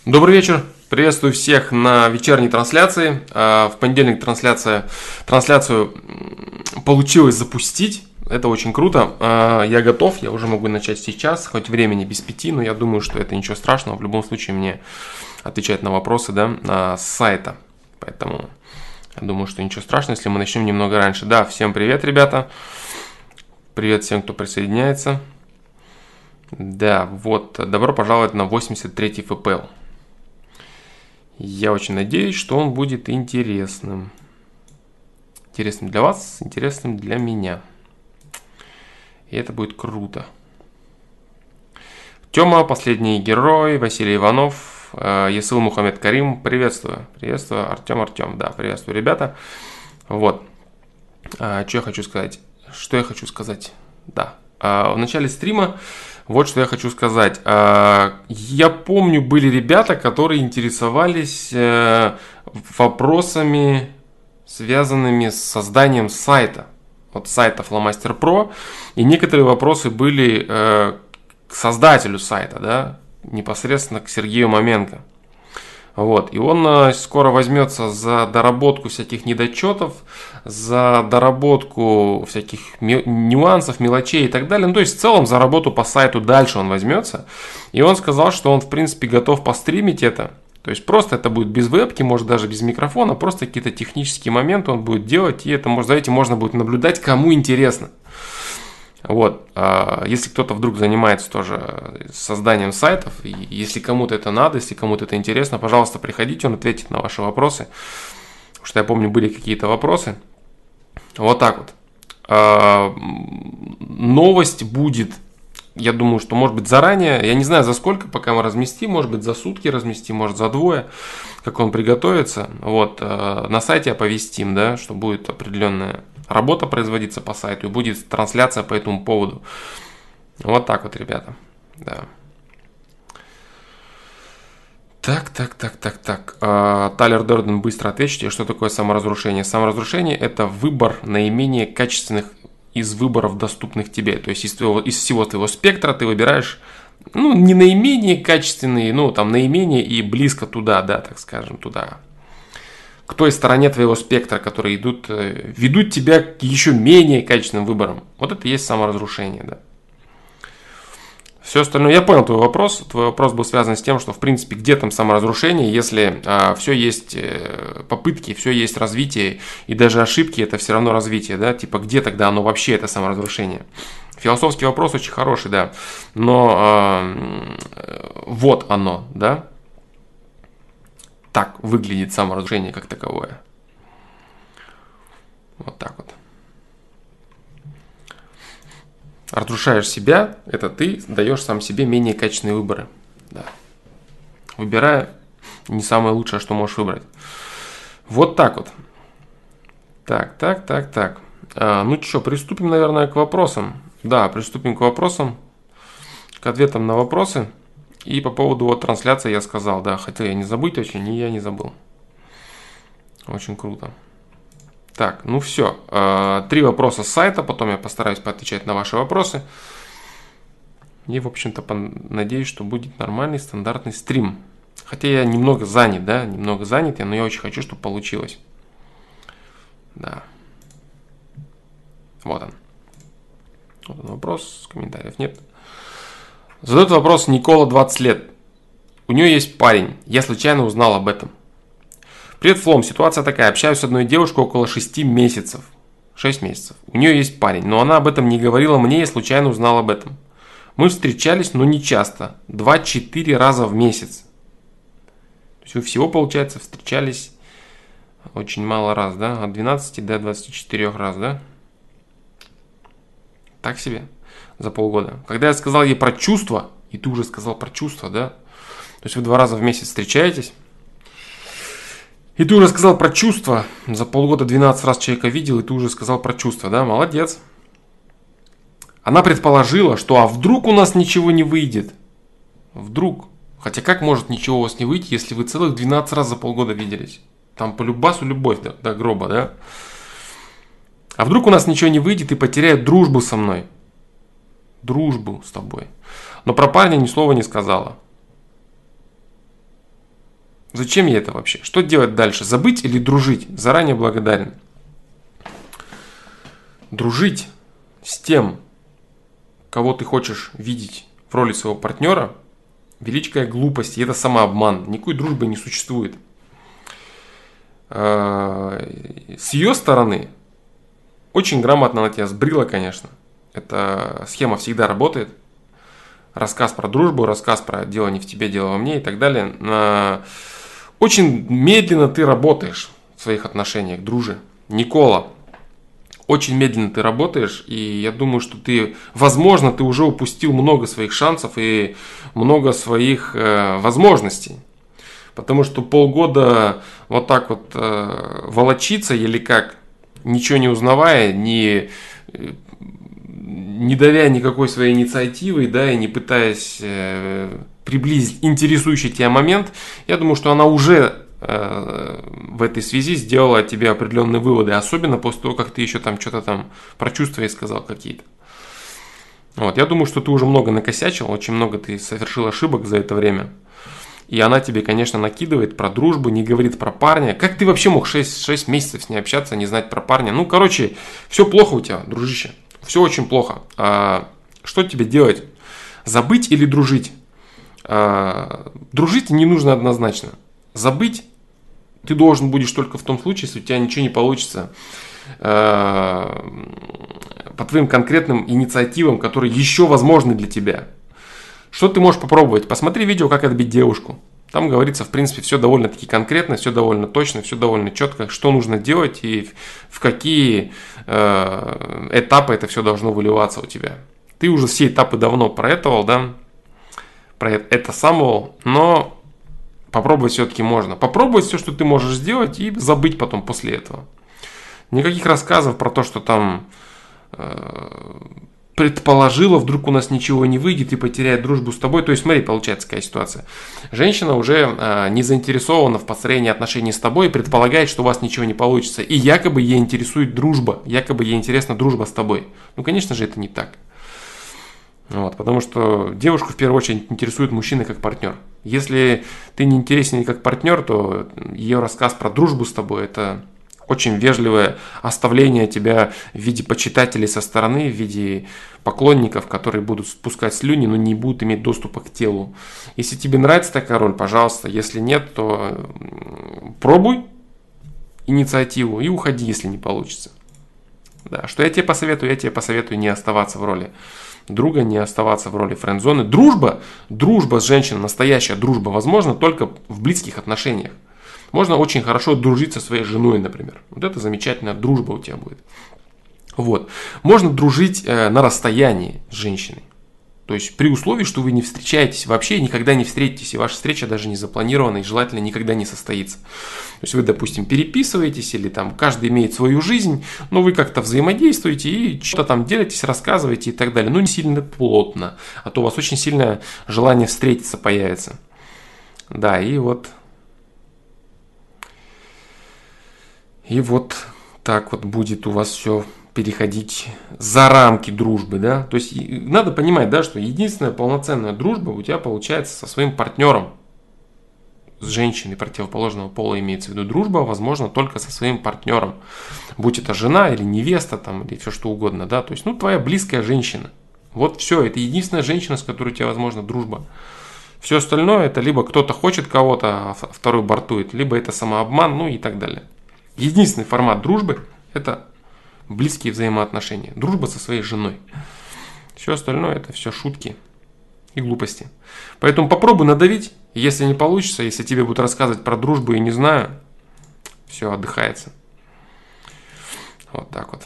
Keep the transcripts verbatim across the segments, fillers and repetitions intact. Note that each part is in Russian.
Добрый вечер. Приветствую всех на вечерней трансляции. В понедельник трансляция, трансляцию получилось запустить. Это очень круто. Я готов, я уже могу начать сейчас, хоть времени без пяти, но я думаю, что это ничего страшного. В любом случае мне отвечать на вопросы, да, с сайта. Поэтому я думаю, что ничего страшного, если мы начнем немного раньше. Да, всем привет, ребята. Привет всем, кто присоединяется. Да, вот, добро пожаловать на восемьдесят третий эф пи эл. Я очень надеюсь, что он будет интересным. Интересным для вас, интересным для меня. И это будет круто. Тёма, последний герой, Василий Иванов, Ясыл Мухаммед Карим. Приветствую. Приветствую, Артем, Артем. Да, приветствую, ребята. Вот. Что я хочу сказать? Что я хочу сказать? Да. В начале стрима вот что я хочу сказать. Я помню, были ребята, которые интересовались вопросами, связанными с созданием сайта. Вот сайта Flowmaster Pro. И некоторые вопросы были к создателю сайта, да, непосредственно к Сергею Маменко. Вот. И он скоро возьмется за доработку всяких недочетов, за доработку всяких нюансов, мелочей и так далее. Ну, то есть в целом за работу по сайту дальше он возьмется. И он сказал, что он в принципе готов постримить это. То есть просто это будет без вебки, может даже без микрофона, просто какие-то технические моменты он будет делать. И это, может, за этим можно будет наблюдать, кому интересно. Вот, если кто-то вдруг занимается тоже созданием сайтов, и если кому-то это надо, если кому-то это интересно, пожалуйста, приходите, он ответит на ваши вопросы. Потому что я помню, были какие-то вопросы. Вот так вот. Новость будет, я думаю, что может быть заранее, я не знаю за сколько, пока мы разместим, может быть за сутки разместим, может за двое, как он приготовится. Вот, на сайте оповестим, да, что будет определенная работа производиться по сайту и будет трансляция по этому поводу. Вот так вот, ребята. Да. Так, так, так, так, так. Тайлер Дорден, быстро ответьте, что такое саморазрушение. Саморазрушение – это выбор наименее качественных из выборов, доступных тебе. То есть из, твоего, из всего твоего спектра ты выбираешь, ну, не наименее качественные, ну, там, наименее и близко туда, да, так скажем, туда. К той стороне твоего спектра, которые идут, ведут тебя к еще менее качественным выборам. Вот это и есть саморазрушение, да. Все остальное, я понял твой вопрос. Твой вопрос был связан с тем, что в принципе где там саморазрушение, если а, все есть попытки, все есть развитие, и даже ошибки это все равно развитие, да, типа где тогда оно вообще это саморазрушение? Философский вопрос очень хороший, да, но а, вот оно, да. Так выглядит саморазрушение как таковое. Вот так вот. Разрушаешь себя, это ты даешь сам себе менее качественные выборы. Да. Выбирая не самое лучшее, что можешь выбрать. Вот так вот. Так, так, так, так. А, ну что, приступим, наверное, к вопросам. Да, приступим к вопросам, к ответам на вопросы. И по поводу вот трансляции я сказал, да, хотел я не забыть очень, и я не забыл. Очень круто. Так, ну все. Три вопроса с сайта, потом я постараюсь поотвечать на ваши вопросы. И, в общем-то, надеюсь, что будет нормальный стандартный стрим. Хотя я немного занят, да, немного занят, но я очень хочу, чтобы получилось. Да. Вот он. Вот он вопрос, комментариев нет. Задает вопрос Никола, двадцать лет. У нее есть парень. Я случайно узнал об этом. Привет, Флом. Ситуация такая. Общаюсь с одной девушкой около шести месяцев. шесть месяцев. У нее есть парень, но она об этом не говорила мне, я случайно узнал об этом. Мы встречались, но не часто. два-четыре раза в месяц. То есть вы всего, получается, встречались очень мало раз, да? От двенадцати до двадцати четырёх раз, да? Так себе. За полгода. Когда я сказал ей про чувства, и ты уже сказал про чувства, да? То есть вы два раза в месяц встречаетесь, и ты уже сказал про чувства. За полгода двенадцать раз человека видел, и ты уже сказал про чувства, да? Молодец. Она предположила, что а вдруг у нас ничего не выйдет? Вдруг. Хотя как может ничего у вас не выйти, если вы целых двенадцать раз за полгода виделись? Там по любасу любовь до, до гроба, да? А вдруг у нас ничего не выйдет и потеряет дружбу со мной? Дружбу с тобой. Но про парня ни слова не сказала. Зачем я это вообще? Что делать дальше? Забыть или дружить? Заранее благодарен. Дружить с тем, кого ты хочешь видеть в роли своего партнера, величайшая глупость, и это самообман. Никакой дружбы не существует. С ее стороны очень грамотно она тебя сбрила, конечно. Эта схема всегда работает. Рассказ про дружбу, рассказ про дело не в тебе, дело во мне и так далее. Очень медленно ты работаешь в своих отношениях, друже. Никола, очень медленно ты работаешь, и я думаю, что ты, возможно, ты уже упустил много своих шансов и много своих э, возможностей. Потому что полгода вот так вот э, волочиться или как, ничего не узнавая, не, не давя никакой своей инициативой, да, и не пытаясь э, приблизить интересующий тебя момент, я думаю, что она уже э, в этой связи сделала от тебя определенные выводы, особенно после того, как ты еще там что-то там про чувства ей сказал какие-то. Вот, я думаю, что ты уже много накосячил, очень много ты совершил ошибок за это время. И она тебе, конечно, накидывает про дружбу, не говорит про парня. Как ты вообще мог шесть месяцев с ней общаться, не знать про парня? Ну, короче, все плохо у тебя, дружище. Все очень плохо. А что тебе делать? Забыть или дружить? А, дружить не нужно однозначно. Забыть ты должен будешь только в том случае, если у тебя ничего не получится а, по твоим конкретным инициативам, которые еще возможны для тебя. Что ты можешь попробовать? Посмотри видео, как отбить девушку. Там говорится, в принципе, все довольно-таки конкретно, все довольно точно, все довольно четко, что нужно делать и в какие э, этапы это все должно выливаться у тебя. Ты уже все этапы давно проэтовал, да, про это самого, но попробовать все-таки можно. Попробовать все, что ты можешь сделать, и забыть потом после этого. Никаких рассказов про то, что там... Э, предположила, вдруг у нас ничего не выйдет и потеряет дружбу с тобой. То есть, смотри, получается какая ситуация. Женщина уже э, не заинтересована в построении отношений с тобой и предполагает, что у вас ничего не получится. И якобы ей интересует дружба, якобы ей интересна дружба с тобой. Ну, конечно же, это не так. Вот, потому что девушку в первую очередь интересует мужчина как партнер. Если ты не интересен ей как партнер, то ее рассказ про дружбу с тобой – это... очень вежливое оставление тебя в виде почитателей со стороны, в виде поклонников, которые будут спускать слюни, но не будут иметь доступа к телу. Если тебе нравится такая роль, пожалуйста. Если нет, то пробуй инициативу и уходи, если не получится. Да, что я тебе посоветую? Я тебе посоветую не оставаться в роли друга, не оставаться в роли френд-зоны. Дружба, дружба с женщиной, настоящая дружба, возможно только в близких отношениях. Можно очень хорошо дружить со своей женой, например. Вот это замечательная дружба у тебя будет. Вот. Можно дружить э, на расстоянии с женщиной. То есть при условии, что вы не встречаетесь вообще, никогда не встретитесь, и ваша встреча даже не запланирована, и желательно никогда не состоится. То есть вы, допустим, переписываетесь, или там каждый имеет свою жизнь, но вы как-то взаимодействуете и что-то там делитесь, рассказываете и так далее. Но не сильно плотно, а то у вас очень сильное желание встретиться появится. Да, и вот... И вот так вот будет у вас все переходить за рамки дружбы, да. То есть надо понимать, да, что единственная полноценная дружба у тебя получается со своим партнером. С женщиной противоположного пола имеется в виду дружба, возможно, только со своим партнером. Будь это жена или невеста, там, или все что угодно, да. То есть, ну, твоя близкая женщина. Вот все, это единственная женщина, с которой у тебя возможна дружба. Все остальное это либо кто-то хочет кого-то, а второй бортует, либо это самообман, ну и так далее. Единственный формат дружбы – это близкие взаимоотношения. Дружба со своей женой. Все остальное – это все шутки и глупости. Поэтому попробуй надавить. Если не получится, если тебе будут рассказывать про дружбу и не знаю, все, отдыхается. Вот так вот.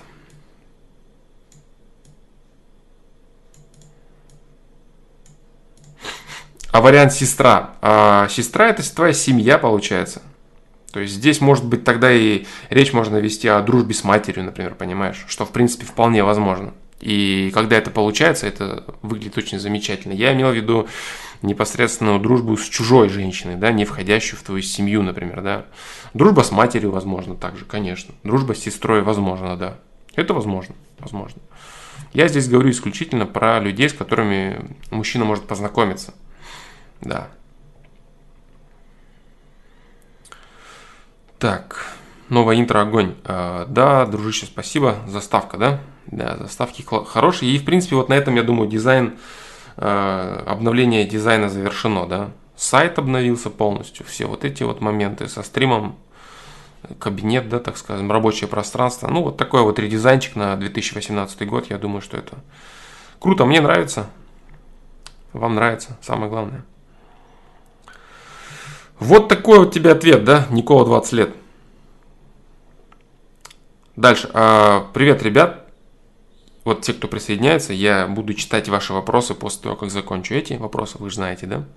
А вариант сестра. А сестра – это твоя семья, получается. То есть здесь, может быть, тогда и речь можно вести о дружбе с матерью, например, понимаешь? Что, в принципе, вполне возможно. И когда это получается, это выглядит очень замечательно. Я имел в виду непосредственную дружбу с чужой женщиной, да, не входящую в твою семью, например, да. Дружба с матерью возможно также, конечно. Дружба с сестрой возможно, да. Это возможно, возможно. Я здесь говорю исключительно про людей, с которыми мужчина может познакомиться. Да. Так, новое интро, огонь. А, да, дружище, спасибо. Заставка, да? Да, заставки хорошие. И, в принципе, вот на этом, я думаю, дизайн, а, обновление дизайна завершено, да? Сайт обновился полностью, все вот эти вот моменты со стримом, кабинет, да, так скажем, рабочее пространство. Ну, вот такой вот редизайнчик на две тысячи восемнадцатый год. Я думаю, что это круто. Мне нравится. Вам нравится, самое главное. Вот такой вот тебе ответ, да, Никола, двадцать лет. Дальше. Привет, ребят. Вот те, кто присоединяется, я буду читать ваши вопросы после того, как закончу эти вопросы, вы же знаете, да?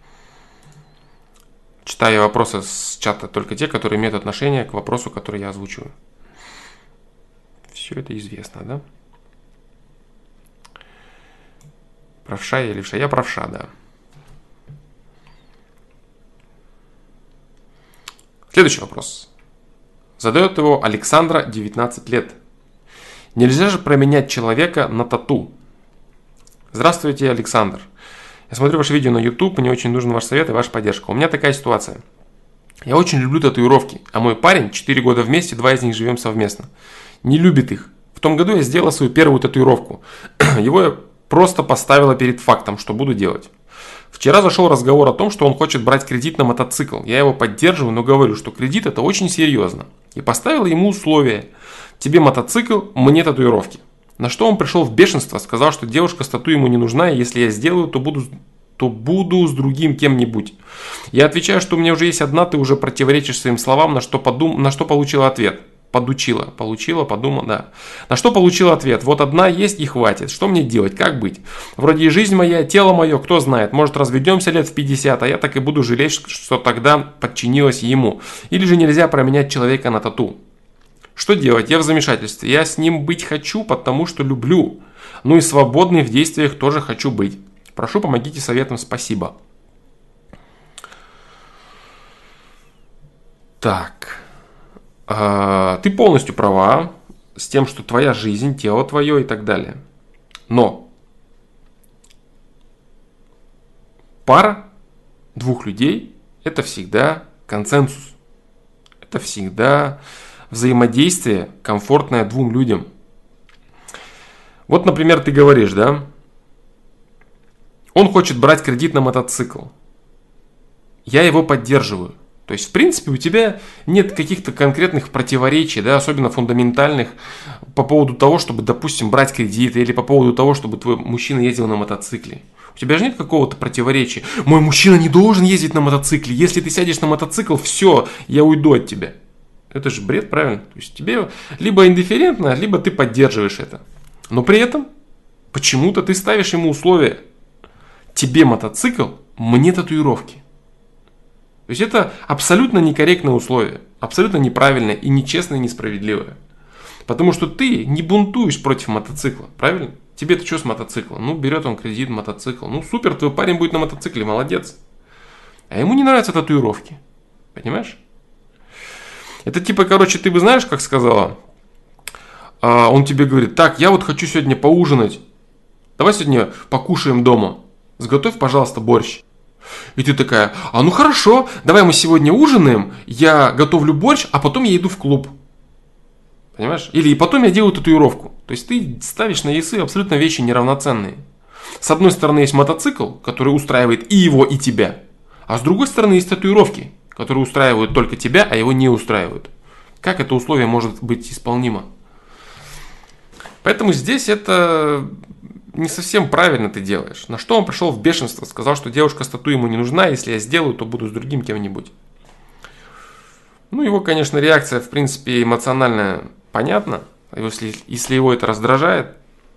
Читаю вопросы с чата только те, которые имеют отношение к вопросу, который я озвучиваю. Все это известно, да? Правша я или левша? Я правша, да. Следующий вопрос. Задает его Александра, девятнадцать лет. Нельзя же променять человека на тату. Здравствуйте, Александр. Я смотрю ваше видео на YouTube, мне очень нужен ваш совет и ваша поддержка. У меня такая ситуация. Я очень люблю татуировки, а мой парень четыре года вместе, два из них живем совместно. Не любит их. В том году я сделала свою первую татуировку. Его я просто поставила перед фактом, что буду делать. Вчера зашел разговор о том, что он хочет брать кредит на мотоцикл. Я его поддерживаю, но говорю, что кредит это очень серьезно. И поставила ему условие. Тебе мотоцикл, мне татуировки. На что он пришел в бешенство, сказал, что девушка с тату ему не нужна, и если я сделаю, то буду, то буду с другим кем-нибудь. Я отвечаю, что у меня уже есть одна, ты уже противоречишь своим словам, на что, подум... на что получила ответ. Подучила, получила, подумала, да. На что получила ответ? Вот одна есть и хватит. Что мне делать? Как быть? Вроде и жизнь моя, тело мое, кто знает. Может, разведемся лет в пятьдесят, а я так и буду жалеть, что тогда подчинилась ему. Или же нельзя променять человека на тату. Что делать? Я в замешательстве. Я с ним быть хочу, потому что люблю. Ну и свободный в действиях тоже хочу быть. Прошу, помогите советом, спасибо. Так. Ты полностью права с тем, что твоя жизнь, тело твое и так далее. Но пара двух людей – это всегда консенсус. Это всегда взаимодействие, комфортное двум людям. Вот, например, ты говоришь, да, он хочет брать кредит на мотоцикл. Я его поддерживаю. То есть, в принципе, у тебя нет каких-то конкретных противоречий, да, особенно фундаментальных, по поводу того, чтобы, допустим, брать кредиты, или по поводу того, чтобы твой мужчина ездил на мотоцикле. У тебя же нет какого-то противоречия. Мой мужчина не должен ездить на мотоцикле. Если ты сядешь на мотоцикл, все, я уйду от тебя. Это же бред, правильно? То есть, тебе либо индифферентно, либо ты поддерживаешь это. Но при этом, почему-то ты ставишь ему условия. Тебе мотоцикл, мне татуировки. То есть это абсолютно некорректное условие, абсолютно неправильное и нечестное и несправедливое. Потому что ты не бунтуешь против мотоцикла, правильно? Тебе-то что с мотоцикла? Ну, берет он кредит, мотоцикл. Ну, супер, твой парень будет на мотоцикле, молодец. А ему не нравятся татуировки. Понимаешь? Это типа, короче, ты бы знаешь, как сказала? А он тебе говорит, так, я вот хочу сегодня поужинать. Давай сегодня покушаем дома. Сготовь, пожалуйста, борщ. И ты такая, а ну хорошо, давай мы сегодня ужинаем, я готовлю борщ, а потом я иду в клуб. Понимаешь? Или и потом я делаю татуировку. То есть ты ставишь на весы абсолютно вещи неравноценные. С одной стороны есть мотоцикл, который устраивает и его, и тебя. А с другой стороны есть татуировки, которые устраивают только тебя, а его не устраивают. Как это условие может быть исполнимо? Поэтому здесь это не совсем правильно ты делаешь. На что он пришел в бешенство, сказал, что девушка с тату ему не нужна, если я сделаю, то буду с другим кем-нибудь. Ну, его, конечно, реакция, в принципе, эмоционально понятна. Если, если его это раздражает,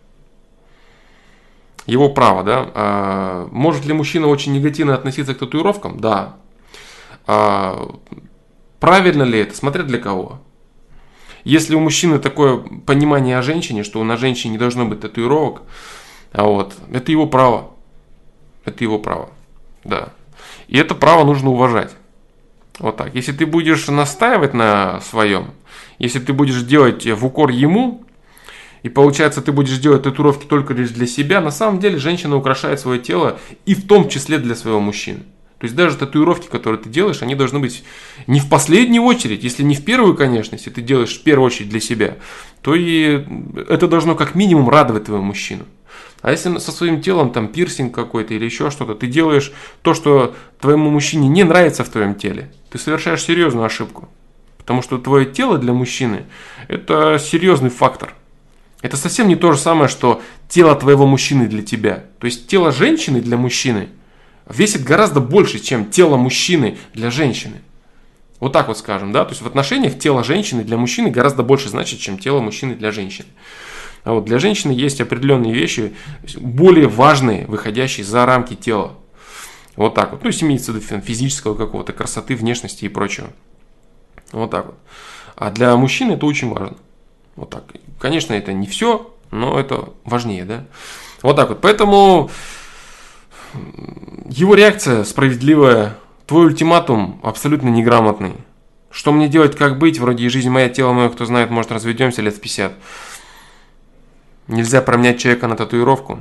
его право, да. А, может ли мужчина очень негативно относиться к татуировкам? Да. А, правильно ли это? Смотря для кого. Если у мужчины такое понимание о женщине, что на женщине не должно быть татуировок, а вот, это его право. Это его право. Да. И это право нужно уважать. Вот так. Если ты будешь настаивать на своем, если ты будешь делать в укор ему, и получается ты будешь делать татуировки только лишь для себя, на самом деле женщина украшает свое тело и в том числе для своего мужчины. То есть даже татуировки, которые ты делаешь, они должны быть не в последнюю очередь, если не в первую, конечно, если ты делаешь в первую очередь для себя, то и это должно как минимум радовать твоего мужчину. А если со своим телом там пирсинг какой-то или еще что-то, ты делаешь то, что твоему мужчине не нравится в твоем теле, ты совершаешь серьезную ошибку. Потому что твое тело для мужчины – это серьезный фактор. Это совсем не то же самое, что тело твоего мужчины для тебя. То есть тело женщины для мужчины весит гораздо больше, чем тело мужчины для женщины. Вот так вот скажем, да? То есть в отношениях тело женщины для мужчины гораздо больше значит, чем тело мужчины для женщины. А вот для женщины есть определенные вещи, более важные, выходящие за рамки тела. Вот так вот. Ну, есть имеется в виду физического какого-то, красоты, внешности и прочего. Вот так вот. А для мужчины это очень важно. Вот так. Конечно, это не все, но это важнее, да? Вот так вот. Поэтому его реакция справедливая, твой ультиматум абсолютно неграмотный. Что мне делать, как быть? Вроде и жизнь моя, тело мое, кто знает, может разведемся лет в пятьдесят. Нельзя променять человека на татуировку.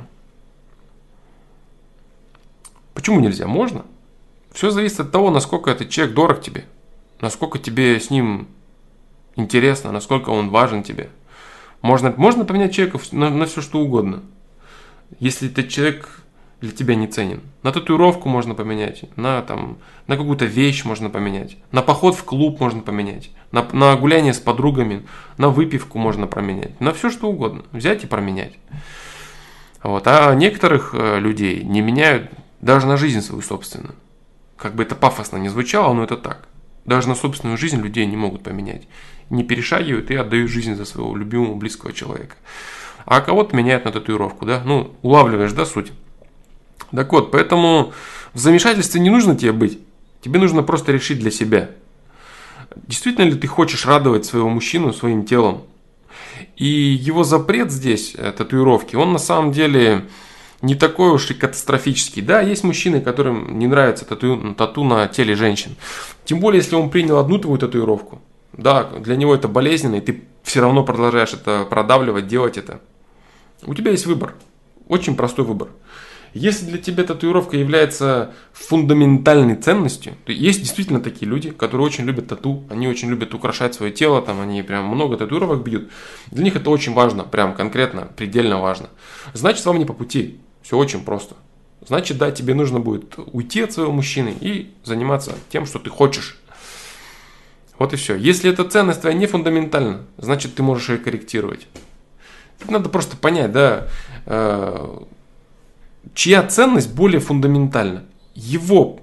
Почему нельзя? Можно. Все зависит от того, насколько этот человек дорог тебе. Насколько тебе с ним интересно, насколько он важен тебе. Можно, можно поменять человека на, на все, что угодно. Если этот человек для тебя не ценен. На татуировку можно поменять, на, там, на какую-то вещь можно поменять, на поход в клуб можно поменять, на, на гуляние с подругами, на выпивку можно променять, на все, что угодно. Взять и променять. Вот. А некоторых людей не меняют даже на жизнь свою собственную. Как бы это пафосно не звучало, но это так. Даже на собственную жизнь людей не могут поменять. Не перешагивают и отдают жизнь за своего любимого, близкого человека. А кого-то меняют на татуировку, да? Ну, улавливаешь, да, суть? Так вот, поэтому в замешательстве не нужно тебе быть. Тебе нужно просто решить для себя. Действительно ли ты хочешь радовать своего мужчину своим телом? И его запрет здесь, татуировки, он на самом деле не такой уж и катастрофический. Да, есть мужчины, которым не нравится тату, тату на теле женщин. Тем более, если он принял одну твою татуировку. Да, для него это болезненно, и ты все равно продолжаешь это продавливать, делать это. У тебя есть выбор. Очень простой выбор. Если для тебя татуировка является фундаментальной ценностью, то есть действительно такие люди, которые очень любят тату, они очень любят украшать свое тело, там они прям много татуировок бьют. Для них это очень важно, прям конкретно, предельно важно. Значит, вам не по пути. Все очень просто. Значит, да, тебе нужно будет уйти от своего мужчины и заниматься тем, что ты хочешь. Вот и все. Если эта ценность твоя не фундаментальна, значит, ты можешь ее корректировать. Надо просто понять, да, э, чья ценность более фундаментальна. Его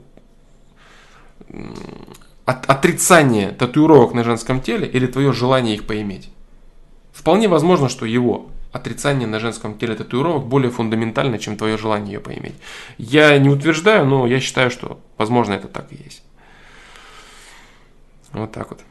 от, отрицание татуировок на женском теле или твое желание их поиметь. Вполне возможно, что его отрицание на женском теле татуировок более фундаментально, чем твое желание ее поиметь. Я не утверждаю, но я считаю, что возможно это так и есть. Вот так вот.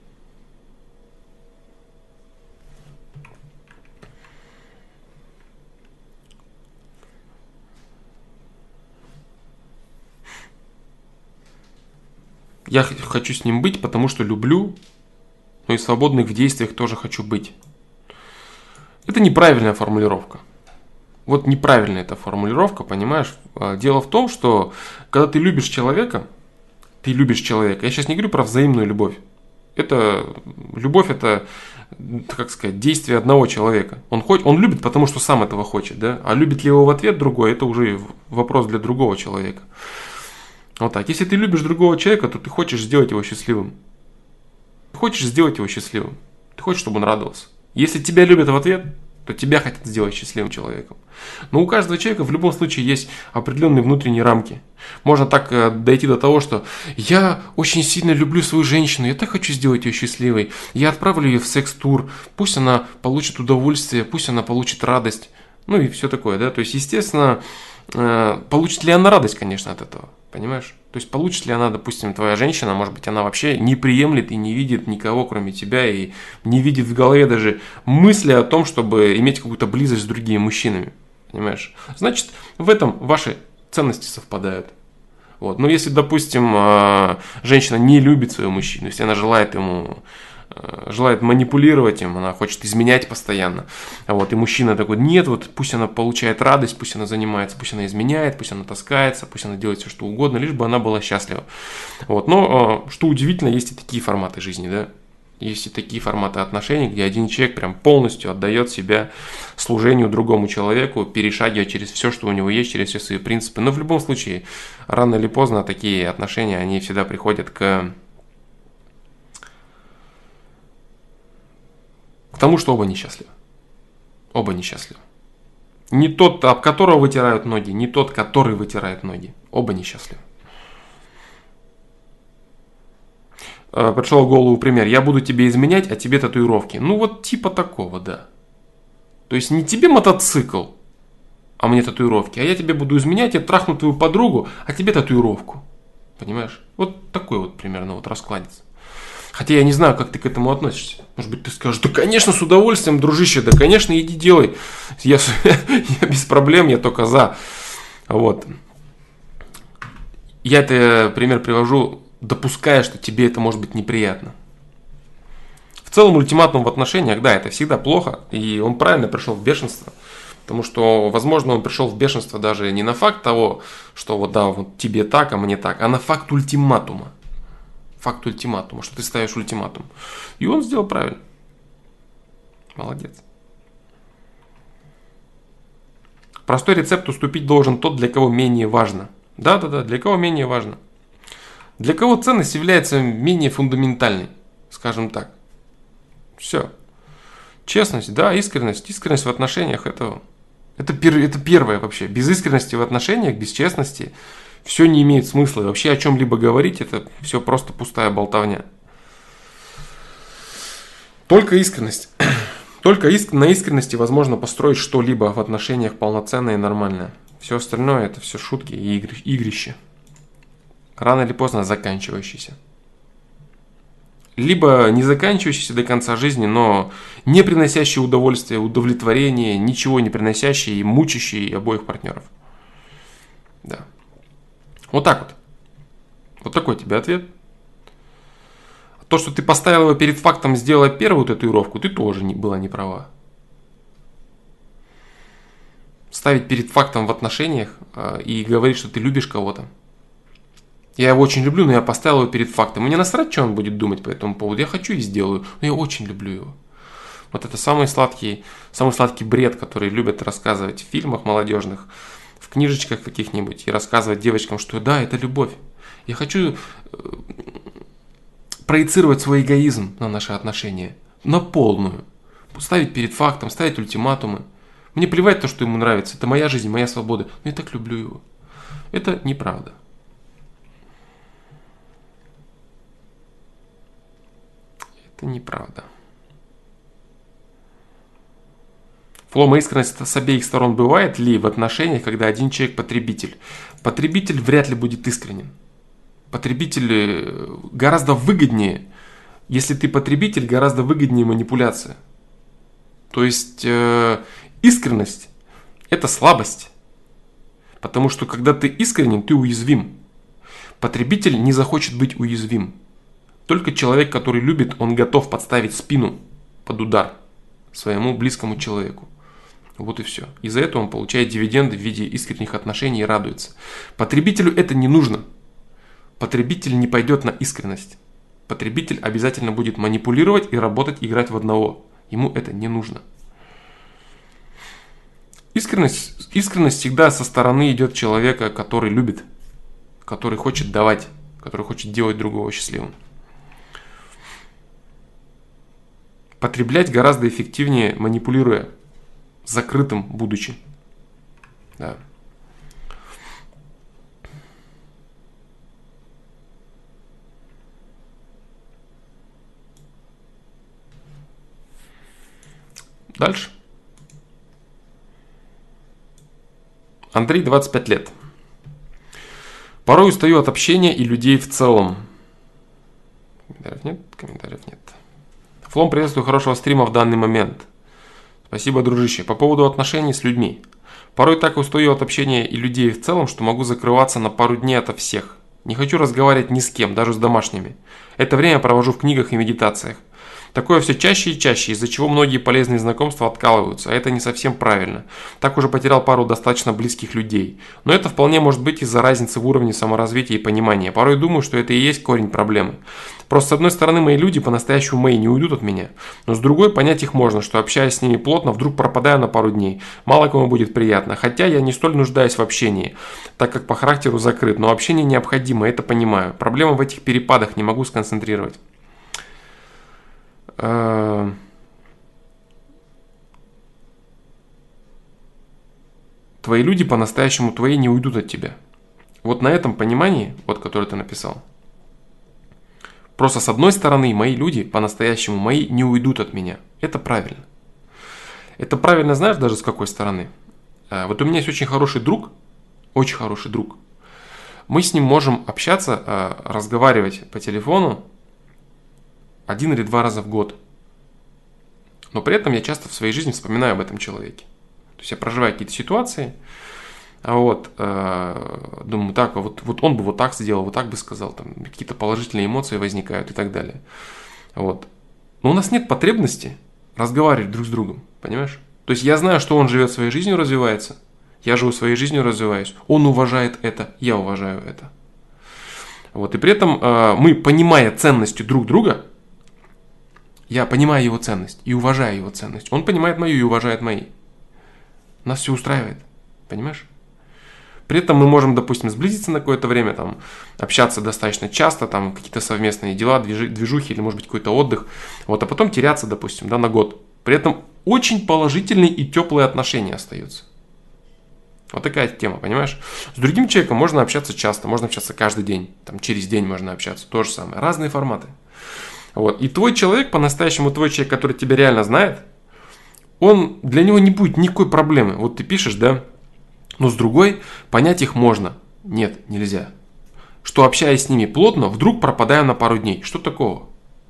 Я хочу с ним быть, потому что люблю, но и свободных в действиях тоже хочу быть. Это неправильная формулировка. Вот неправильная эта формулировка, понимаешь? Дело в том, что когда ты любишь человека, ты любишь человека. Я сейчас не говорю про взаимную любовь. Это любовь, это, как сказать, действие одного человека. Он, хоть, он любит, потому что сам этого хочет, да? А любит ли его в ответ другой, это уже вопрос для другого человека. Вот так. Если ты любишь другого человека, то ты хочешь сделать его счастливым. Ты хочешь сделать его счастливым. Ты хочешь, чтобы он радовался. Если тебя любят в ответ, то тебя хотят сделать счастливым человеком. Но у каждого человека в любом случае есть определенные внутренние рамки. Можно так э, дойти до того, что я очень сильно люблю свою женщину, я так хочу сделать ее счастливой. Я отправлю ее в секс-тур, пусть она получит удовольствие, пусть она получит радость. Ну и все такое, да. То есть, естественно, э, получит ли она радость, конечно, от этого. Понимаешь? То есть, получит ли она, допустим, твоя женщина, может быть, она вообще не приемлет и не видит никого, кроме тебя, и не видит в голове даже мысли о том, чтобы иметь какую-то близость с другими мужчинами. Понимаешь? Значит, в этом ваши ценности совпадают. Вот. Но если, допустим, женщина не любит своего мужчину, если она желает ему желает манипулировать им, она хочет изменять постоянно. Вот, и мужчина такой, нет, вот пусть она получает радость, пусть она занимается, пусть она изменяет, пусть она таскается, пусть она делает все, что угодно, лишь бы она была счастлива. Вот, но, что удивительно, есть и такие форматы жизни, да. Есть и такие форматы отношений, где один человек прям полностью отдает себя служению другому человеку, перешагивая через все, что у него есть, через все свои принципы. Но в любом случае, рано или поздно такие отношения, они всегда приходят к, к тому, что оба несчастливы. Оба несчастливы. Не тот, об которого вытирают ноги, не тот, который вытирает ноги. Оба несчастливы. Пришел в голову пример. Я буду тебе изменять, а тебе татуировки. Ну вот типа такого, да. То есть не тебе мотоцикл, а мне татуировки. А я тебе буду изменять, я трахну твою подругу, а тебе татуировку. Понимаешь? Вот такой вот примерно вот раскладец. Хотя я не знаю, как ты к этому относишься. Может быть, ты скажешь, да конечно, с удовольствием, дружище, да конечно, иди делай. Я, я без проблем, я только за. Вот. Я это пример привожу, допуская, что тебе это может быть неприятно. В целом ультиматум в отношениях, да, это всегда плохо, и он правильно пришел в бешенство, потому что, возможно, он пришел в бешенство даже не на факт того, что вот да, вот тебе так, а мне так, а на факт ультиматума. Факт ультиматума, что ты ставишь ультиматум. И он сделал правильно. Молодец. Простой рецепт: уступить должен тот, для кого менее важно. Да-да-да, для кого менее важно. Для кого ценность является менее фундаментальной, скажем так. Все. Честность, да, искренность. Искренность в отношениях это, это, это первое вообще. Без искренности в отношениях, без честности все не имеет смысла. И вообще о чем-либо говорить, это все просто пустая болтовня. Только искренность. Только иск... на искренности возможно построить что-либо в отношениях полноценное и нормальное. Все остальное это все шутки и игр... игрища. Рано или поздно заканчивающийся. Либо не заканчивающийся до конца жизни, но не приносящий удовольствие, удовлетворение, ничего не приносящий и мучащий обоих партнеров. Да. Вот так вот. Вот такой тебе ответ. То, что ты поставил его перед фактом, сделала первую татуировку, ты тоже не, была не права. Ставить перед фактом в отношениях э, и говорить, что ты любишь кого-то. Я его очень люблю, но я поставил его перед фактом. Мне насрать, что он будет думать по этому поводу. Я хочу и сделаю, но я очень люблю его. Вот это самый сладкий, самый сладкий бред, который любят рассказывать в фильмах молодежных, в книжечках каких-нибудь. И рассказывать девочкам, что да, это любовь. Я хочу проецировать свой эгоизм на наши отношения. На полную. Ставить перед фактом, ставить ультиматумы. Мне плевать то, что ему нравится. Это моя жизнь, моя свобода. Но я так люблю его. Это неправда. Это неправда. Флом, искренность с обеих сторон бывает ли в отношениях, когда один человек потребитель? Потребитель вряд ли будет искренен. Потребитель гораздо выгоднее. Если ты потребитель, гораздо выгоднее манипуляция. То есть э, искренность – это слабость. Потому что когда ты искренен, ты уязвим. Потребитель не захочет быть уязвим. Только человек, который любит, он готов подставить спину под удар своему близкому человеку. Вот и все. И за это он получает дивиденды в виде искренних отношений и радуется. Потребителю это не нужно. Потребитель не пойдет на искренность. Потребитель обязательно будет манипулировать и работать, играть в одного. Ему это не нужно. Искренность, искренность всегда со стороны идет человека, который любит, который хочет давать, который хочет делать другого счастливым. Потреблять гораздо эффективнее, манипулируя, закрытым будучи. Да. Дальше. Андрей, двадцать пять лет. Порой устаю от общения и людей в целом. Комментариев нет? Комментариев нет. Флом, приветствую, хорошего стрима в данный момент. Спасибо, дружище. По поводу отношений с людьми. Порой так устаю от общения и людей в целом, что могу закрываться на пару дней ото всех. Не хочу разговаривать ни с кем, даже с домашними. Это время провожу в книгах и медитациях. Такое все чаще и чаще, из-за чего многие полезные знакомства откалываются, а это не совсем правильно. Так уже потерял пару достаточно близких людей. Но это вполне может быть из-за разницы в уровне саморазвития и понимания. Порой думаю, что это и есть корень проблемы. Просто с одной стороны мои люди по-настоящему мои не уйдут от меня, но с другой понять их можно, что общаясь с ними плотно, вдруг пропадаю на пару дней. Мало кому будет приятно, хотя я не столь нуждаюсь в общении, так как по характеру закрыт, но общение необходимо, это понимаю. Проблема в этих перепадах, не могу сконцентрировать. Твои люди по-настоящему твои не уйдут от тебя. Вот на этом понимании, вот которое ты написал, просто с одной стороны мои люди по-настоящему мои не уйдут от меня. Это правильно. Это правильно, знаешь, даже с какой стороны? Вот у меня есть очень хороший друг, очень хороший друг. Мы с ним можем общаться, разговаривать по телефону один или два раза в год. Но при этом я часто в своей жизни вспоминаю об этом человеке. То есть я проживаю какие-то ситуации, вот, э, думаю, так, вот, вот он бы вот так сделал, вот так бы сказал, там, какие-то положительные эмоции возникают и так далее. Вот. Но у нас нет потребности разговаривать друг с другом, понимаешь? То есть я знаю, что он живет своей жизнью, развивается, я живу своей жизнью, развиваюсь, он уважает это, я уважаю это. Вот. И при этом э, мы, понимая ценности друг друга, я понимаю его ценность и уважаю его ценность. Он понимает мою и уважает мои. Нас все устраивает. Понимаешь? При этом мы можем, допустим, сблизиться на какое-то время, там, общаться достаточно часто, там, какие-то совместные дела, движи, движухи или, может быть, какой-то отдых. Вот, а потом теряться, допустим, да, на год. При этом очень положительные и теплые отношения остаются. Вот такая тема, понимаешь? С другим человеком можно общаться часто, можно общаться каждый день. Там, через день можно общаться. То же самое. Разные форматы. Вот. И твой человек, по-настоящему твой человек, который тебя реально знает, он, для него не будет никакой проблемы. Вот ты пишешь, да, но с другой понять их можно. Нет, нельзя. Что общаясь с ними плотно, вдруг пропадаю на пару дней. Что такого?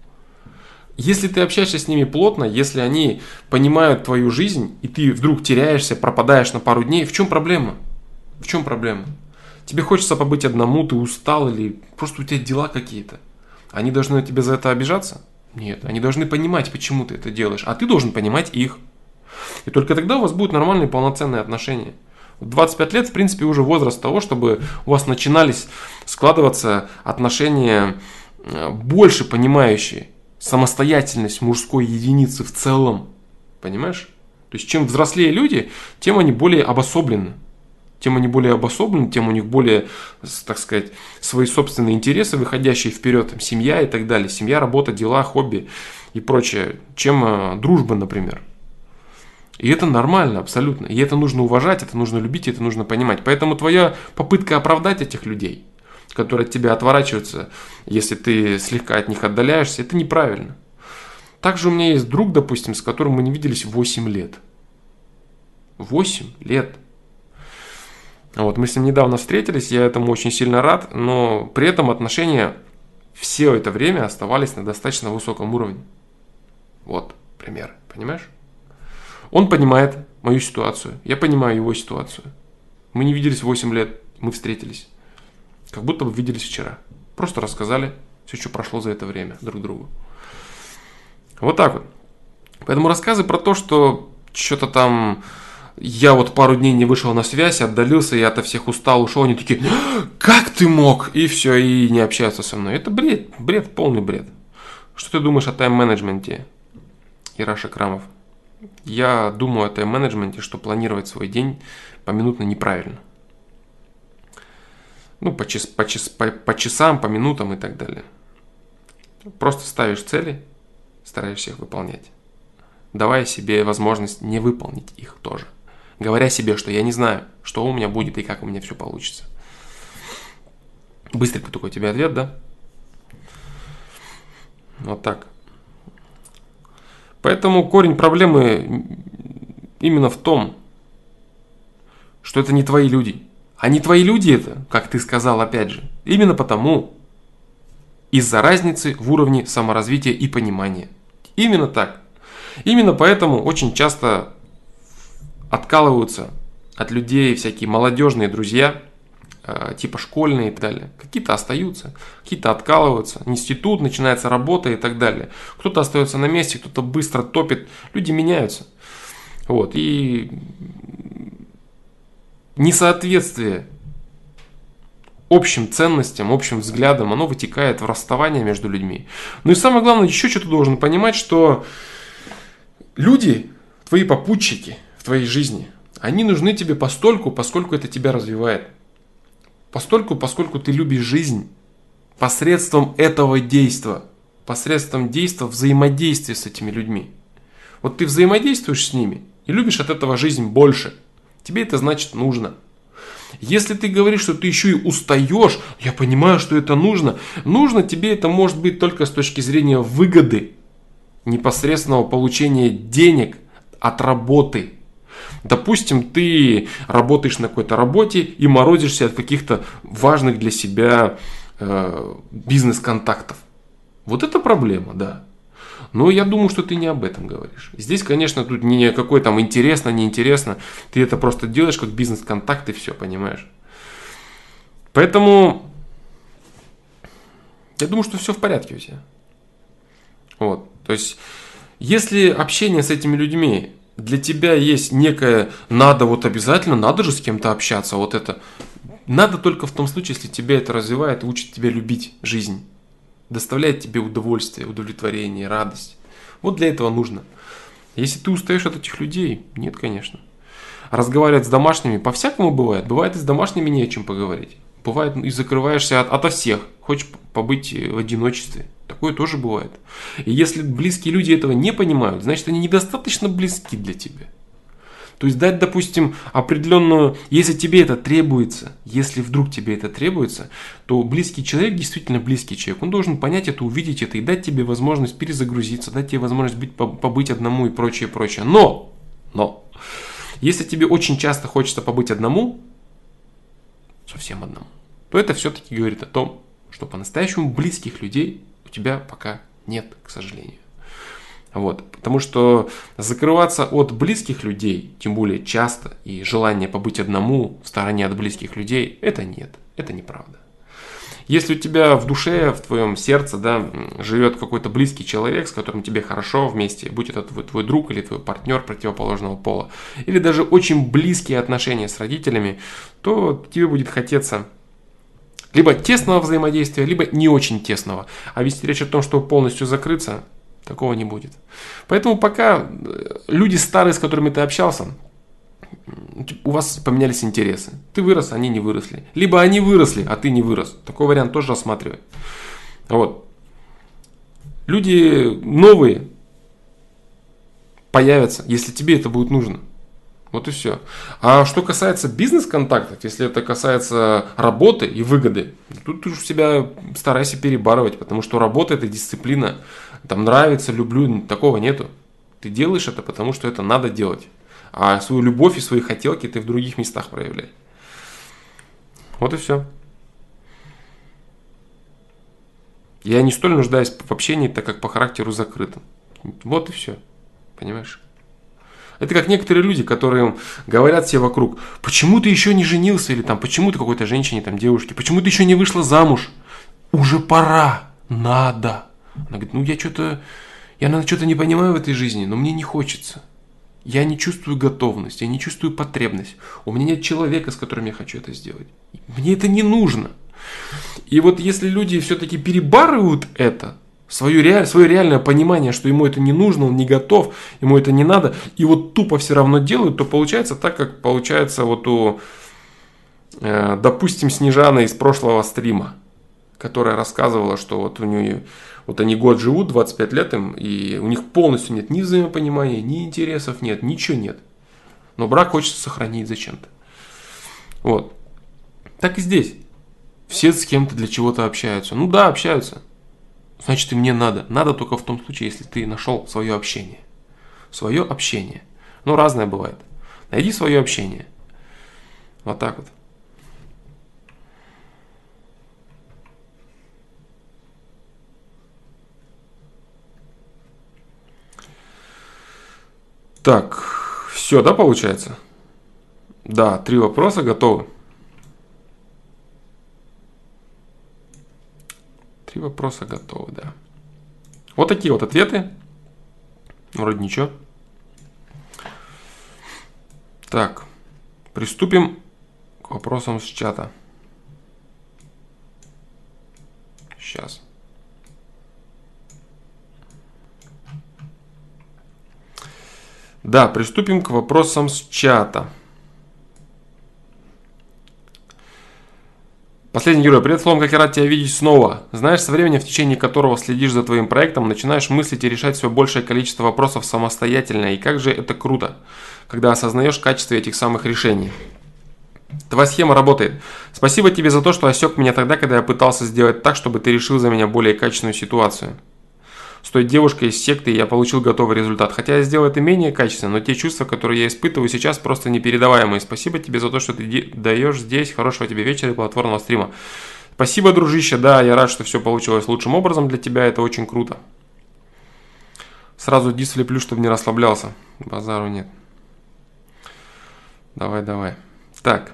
Если ты общаешься с ними плотно, если они понимают твою жизнь, и ты вдруг теряешься, пропадаешь на пару дней, в чем проблема? В чем проблема? Тебе хочется побыть одному, ты устал или просто у тебя дела какие-то. Они должны на тебя за это обижаться? Нет, они должны понимать, почему ты это делаешь, а ты должен понимать их. И только тогда у вас будут нормальные полноценные отношения. двадцать пять лет, в принципе, уже возраст того, чтобы у вас начинались складываться отношения больше понимающие самостоятельность мужской единицы в целом. Понимаешь? То есть, чем взрослее люди, тем они более обособлены. Тем они более обособлены, тем у них более, так сказать, свои собственные интересы, выходящие вперед, там, семья и так далее. Семья, работа, дела, хобби и прочее, чем э, дружба, например. И это нормально абсолютно. И это нужно уважать, это нужно любить, это нужно понимать. Поэтому твоя попытка оправдать этих людей, которые от тебя отворачиваются, если ты слегка от них отдаляешься, это неправильно. Также у меня есть друг, допустим, с которым мы не виделись восемь лет. восемь лет. Вот, мы с ним недавно встретились, я этому очень сильно рад, но при этом отношения все это время оставались на достаточно высоком уровне. Вот пример, понимаешь? Он понимает мою ситуацию, я понимаю его ситуацию. Мы не виделись восемь лет, мы встретились. Как будто бы виделись вчера. Просто рассказали все, что прошло за это время друг другу. Вот так вот. Поэтому рассказы про то, что что-то там... Я вот пару дней не вышел на связь, отдалился, я от всех устал, ушел. Они такие, как ты мог? И все, и не общаются со мной. Это бред, бред, полный бред. Что ты думаешь о тайм-менеджменте, Ираша Крамов? Я думаю о тайм-менеджменте, что планировать свой день поминутно неправильно. Ну, по, час, по, час, по, по часам, по минутам и так далее. Просто ставишь цели, стараешься их выполнять, давая себе возможность не выполнить их тоже. Говоря себе, что я не знаю, что у меня будет и как у меня все получится. Быстренько такой тебе ответ, да? Вот так. Поэтому корень проблемы именно в том, что это не твои люди. А не твои люди это, как ты сказал опять же, именно потому, из-за разницы в уровне саморазвития и понимания. Именно так. Именно поэтому очень часто откалываются от людей всякие молодежные друзья, типа школьные и так далее. Какие-то остаются, какие-то откалываются, институт, начинается работа и так далее. Кто-то остается на месте, кто-то быстро топит, люди меняются. Вот, и несоответствие общим ценностям, общим взглядам, оно вытекает в расставание между людьми. Ну и самое главное, еще что ты должен понимать, что люди, твои попутчики в твоей жизни, они нужны тебе постольку, поскольку это тебя развивает. Постольку, поскольку ты любишь жизнь посредством этого действия, посредством действия взаимодействия с этими людьми. Вот ты взаимодействуешь с ними и любишь от этого жизнь больше. Тебе это значит нужно. Если ты говоришь, что ты еще и устаешь, я понимаю, что это нужно. Нужно тебе это может быть только с точки зрения выгоды, непосредственного получения денег от работы. Допустим, ты работаешь на какой-то работе и морозишься от каких-то важных для себя э, бизнес-контактов. Вот это проблема, да. Но я думаю, что ты не об этом говоришь. Здесь, конечно, тут не какой там интересно, неинтересно. Ты это просто делаешь как бизнес-контакт и все, понимаешь. Поэтому я думаю, что все в порядке у тебя. Вот. То есть, если общение с этими людьми для тебя есть некое надо, вот обязательно, надо же с кем-то общаться, вот это. Надо только в том случае, если тебя это развивает и учит тебя любить жизнь. Доставляет тебе удовольствие, удовлетворение, радость. Вот для этого нужно. Если ты устаешь от этих людей, нет, конечно. Разговаривать с домашними по-всякому бывает. Бывает и с домашними не о чем поговорить. Бывает и закрываешься от, ото всех. Хочешь побыть в одиночестве. Такое тоже бывает. И если близкие люди этого не понимают, значит они недостаточно близки для тебя. То есть дать, допустим, определенную, если тебе это требуется, если вдруг тебе это требуется, то близкий человек, действительно близкий человек, он должен понять это, увидеть это и дать тебе возможность перезагрузиться, дать тебе возможность быть, побыть одному и прочее, прочее. Но, но, если тебе очень часто хочется побыть одному, совсем одному, то это все-таки говорит о том, что по-настоящему близких людей у тебя пока нет, к сожалению. Вот, потому что закрываться от близких людей, тем более часто, и желание побыть одному в стороне от близких людей, это нет, это неправда. Если у тебя в душе, в твоем сердце, да, живет какой-то близкий человек, с которым тебе хорошо вместе, будь это твой, твой друг или твой партнер противоположного пола, или даже очень близкие отношения с родителями, то тебе будет хотеться либо тесного взаимодействия, либо не очень тесного. А вести речь о том, что полностью закрыться, такого не будет. Поэтому пока люди старые, с которыми ты общался, у вас поменялись интересы. Ты вырос, они не выросли. Либо они выросли, а ты не вырос. Такой вариант тоже рассматривай. Вот. Люди новые появятся, если тебе это будет нужно. Вот и все. А что касается бизнес-контактов, если это касается работы и выгоды, тут уж себя старайся перебарывать, потому что работа – это дисциплина. Там нравится, люблю, такого нету. Ты делаешь это, потому что это надо делать. А свою любовь и свои хотелки ты в других местах проявляй. Вот и все. Я не столь нуждаюсь в общении, так как по характеру закрыто. Вот и все. Понимаешь? Это как некоторые люди, которые говорят все вокруг: почему ты еще не женился, или там, почему ты какой-то женщине, там, девушке, почему ты еще не вышла замуж? Уже пора, надо. Она говорит: ну я что-то, я, наверное, что-то не понимаю в этой жизни, но мне не хочется. Я не чувствую готовность, я не чувствую потребность. У меня нет человека, с которым я хочу это сделать. Мне это не нужно. И вот если люди все-таки перебарывают это, свое, реаль, свое реальное понимание, что ему это не нужно, он не готов, ему это не надо, и вот тупо все равно делают, то получается так, как получается вот у, э, допустим, Снежаны из прошлого стрима, которая рассказывала, что вот у нее, вот они год живут, двадцать пять лет им, и у них полностью нет ни взаимопонимания, ни интересов нет, ничего нет. Но брак хочется сохранить зачем-то. Вот. Так и здесь. Все с кем-то для чего-то общаются. Ну да, общаются. Значит, и мне надо. Надо только в том случае, если ты нашел свое общение. Свое общение. Ну, разное бывает. Найди свое общение. Вот так вот. Так, все, да, получается? Да, три вопроса готовы. Три вопроса готовы, да. Вот такие вот ответы. Вроде ничего. Так, приступим к вопросам с чата. Сейчас. Да, приступим к вопросам с чата. Последний герой. Привет, Флом, как я рад тебя видеть снова. Знаешь, со временем, в течение которого следишь за твоим проектом, начинаешь мыслить и решать все большее количество вопросов самостоятельно. И как же это круто, когда осознаешь качество этих самых решений. Твоя схема работает. Спасибо тебе за то, что осек меня тогда, когда я пытался сделать так, чтобы ты решил за меня более качественную ситуацию. С той девушкой из секты я получил готовый результат. Хотя я сделал это менее качественно, но те чувства, которые я испытываю сейчас, просто непередаваемые. Спасибо тебе за то, что ты даешь здесь. Хорошего тебе вечера и плодотворного стрима. Спасибо, дружище. Да, я рад, что все получилось лучшим образом для тебя. Это очень круто. Сразу дис влеплю, чтобы не расслаблялся. Базару нет. Давай, давай. Так.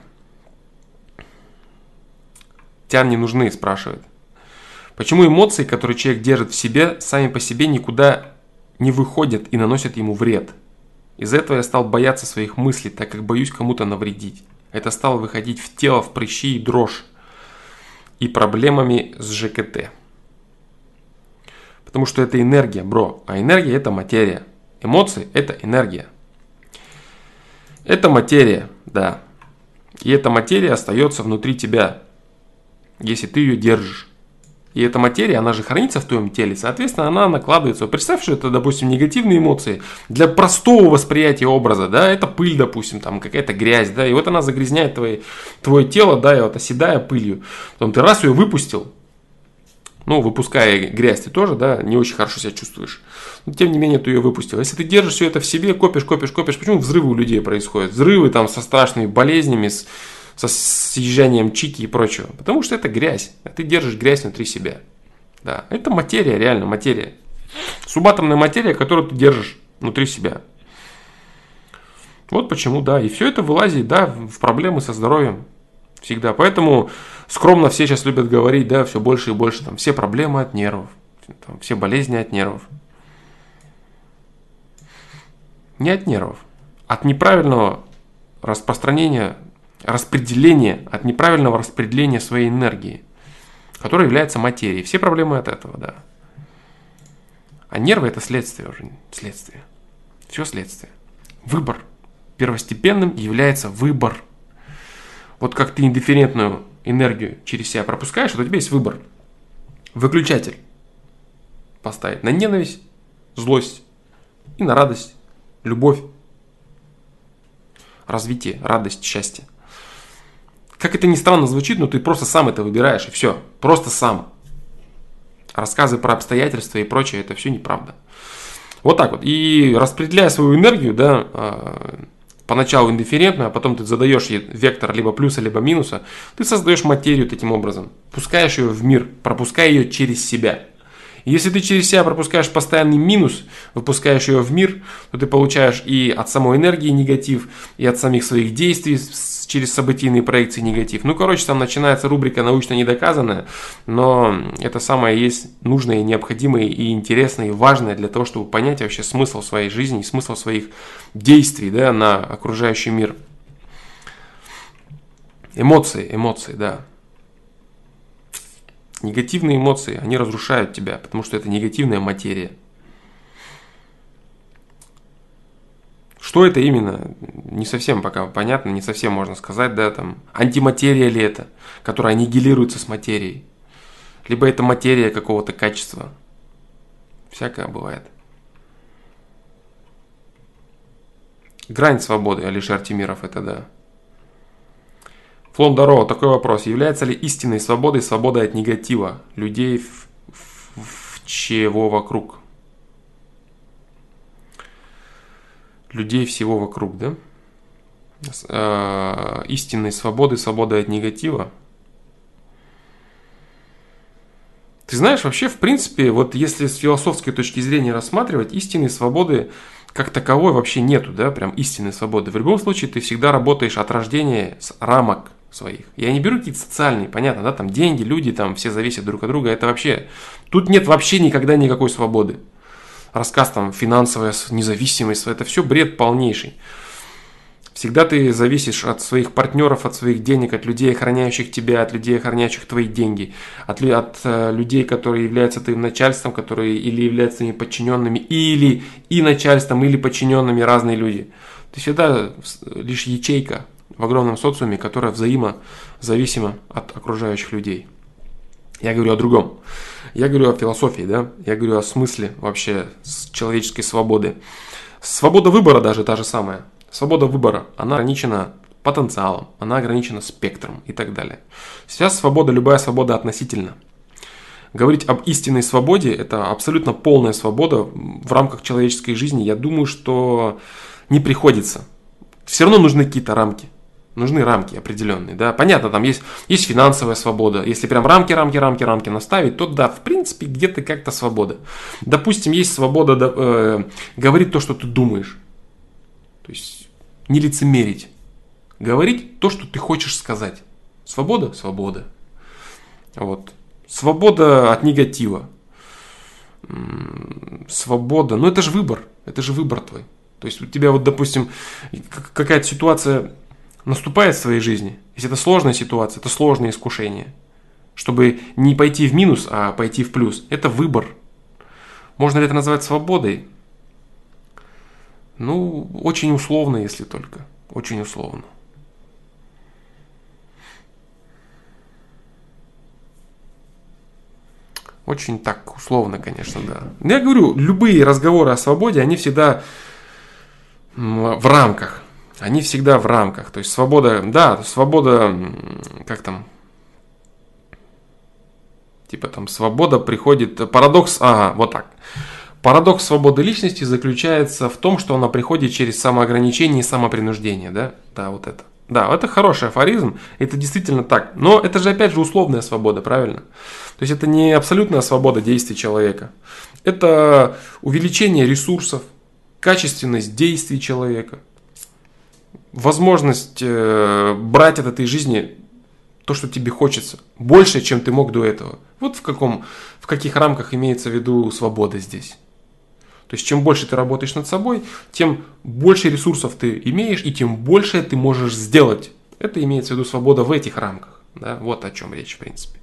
Тян не нужны, спрашивает. Почему эмоции, которые человек держит в себе, сами по себе никуда не выходят и наносят ему вред? Из-за этого я стал бояться своих мыслей, так как боюсь кому-то навредить. Это стало выходить в тело, в прыщи и дрожь. И проблемами с ЖКТ. Потому что это энергия, бро. А энергия это материя. Эмоции это энергия. Это материя, да. И эта материя остается внутри тебя, если ты ее держишь. И эта материя, она же хранится в твоем теле, соответственно, она накладывается. Представь, что это, допустим, негативные эмоции. Для простого восприятия образа, да, это пыль, допустим, там какая-то грязь, да, и вот она загрязняет твое, твое тело, да, и вот оседая пылью. Потом ты раз ее выпустил, ну, выпуская грязь, ты тоже, да, не очень хорошо себя чувствуешь. Но, тем не менее, ты ее выпустил. Если ты держишь все это в себе, копишь, копишь, копишь, почему взрывы у людей происходят? Взрывы там со страшными болезнями, с со съезжанием чики и прочего. Потому что это грязь. А ты держишь грязь внутри себя. Да. Это материя, реально материя. Субатомная материя, которую ты держишь внутри себя. Вот почему, да. И все это вылазит, да, в проблемы со здоровьем. Всегда. Поэтому скромно все сейчас любят говорить, да, все больше и больше. Там, все проблемы от нервов. Там, все болезни от нервов. Не от нервов. От неправильного распространения, распределения, от неправильного распределения своей энергии, которая является материей. Все проблемы от этого, да. А нервы это следствие уже. Следствие. Все следствие. Выбор. Первостепенным является выбор. Вот как ты индифферентную энергию через себя пропускаешь, вот у тебя есть выбор. Выключатель поставить на ненависть, злость и на радость, любовь, развитие, радость, счастье. Как это ни странно звучит, но ты просто сам это выбираешь, и все. Просто сам. Рассказы про обстоятельства и прочее, это все неправда. Вот так вот. И распределяя свою энергию, да, поначалу индифферентную, а потом ты задаешь ей вектор либо плюса, либо минуса, ты создаешь материю таким образом. Пускаешь ее в мир, пропуская ее через себя. И если ты через себя пропускаешь постоянный минус, выпускаешь ее в мир, то ты получаешь и от самой энергии негатив, и от самих своих действий через событийные проекции негатив. Ну, короче, там начинается рубрика научно недоказанная, но это самое есть нужное, необходимое и интересное, и важное для того, чтобы понять вообще смысл своей жизни, смысл своих действий, да, на окружающий мир. Эмоции, эмоции, да. Негативные эмоции, они разрушают тебя, потому что это негативная материя. Что это именно, не совсем пока понятно, не совсем можно сказать, да, там, антиматерия ли это, которая аннигилируется с материей, либо это материя какого-то качества. Всякое бывает. Грань свободы, Алишер Тимиров, это да. Флон, здорово, такой вопрос. Является ли истинной свободой свобода от негатива людей в, в, в чего вокруг? Людей всего вокруг, да? Э, истинной свободы, свобода от негатива. Ты знаешь, вообще, в принципе, вот если с философской точки зрения рассматривать, истинной свободы как таковой вообще нету, да, прям истинной свободы. В любом случае, ты всегда работаешь от рождения с рамок. своих. Я не беру какие-то социальные, понятно, да, там деньги, люди, там все зависят друг от друга, это вообще, тут нет вообще никогда никакой свободы. Рассказ там финансовая независимость, это все бред полнейший. Всегда ты зависишь от своих партнеров, от своих денег, от людей, охраняющих тебя, от людей, охраняющих твои деньги, от, от э, людей, которые являются твоим начальством, которые или являются твоими подчиненными, или и начальством, или подчиненными разные люди. Ты всегда лишь ячейка в огромном социуме, которая взаимозависима от окружающих людей. Я говорю о другом. Я говорю о философии, да? Я говорю о смысле вообще человеческой свободы. Свобода выбора даже та же самая. Свобода выбора, она ограничена потенциалом, она ограничена спектром и так далее. Сейчас свобода, любая свобода относительна. Говорить об истинной свободе – это абсолютно полная свобода в рамках человеческой жизни. Я думаю, что не приходится. Все равно нужны какие-то рамки. Нужны рамки определенные. Да? Понятно, там есть, есть финансовая свобода. Если прям рамки, рамки, рамки, рамки наставить, то да, в принципе, где-то как-то свобода. Допустим, есть свобода э, говорить то, что ты думаешь. То есть не лицемерить. Говорить то, что ты хочешь сказать. Свобода? Свобода. Вот. Свобода от негатива. Свобода. Ну это же выбор. Это же выбор твой. То есть у тебя вот, допустим, какая-то ситуация наступает в твоей жизни. Если это сложная ситуация, это сложное искушение. Чтобы не пойти в минус, а пойти в плюс. Это выбор. Можно ли это назвать свободой? Ну, очень условно, если только. Очень условно. Очень так условно, конечно, да. Я говорю, любые разговоры о свободе, они всегда в рамках. Они всегда в рамках. То есть свобода, да, свобода, как там, типа там свобода приходит, парадокс, ага, вот так. Парадокс свободы личности заключается в том, что она приходит через самоограничение и самопринуждение, да? Да, вот это. Да, это хороший афоризм, это действительно так. Но это же опять же условная свобода, правильно? То есть это не абсолютная свобода действий человека. Это увеличение ресурсов, качественность действий человека, возможность э, брать от этой жизни то, что тебе хочется, больше, чем ты мог до этого. Вот в, каком, в каких рамках имеется в виду свобода здесь. То есть, чем больше ты работаешь над собой, тем больше ресурсов ты имеешь, и тем больше ты можешь сделать. Это имеется в виду свобода в этих рамках. Да? Вот о чем речь, в принципе.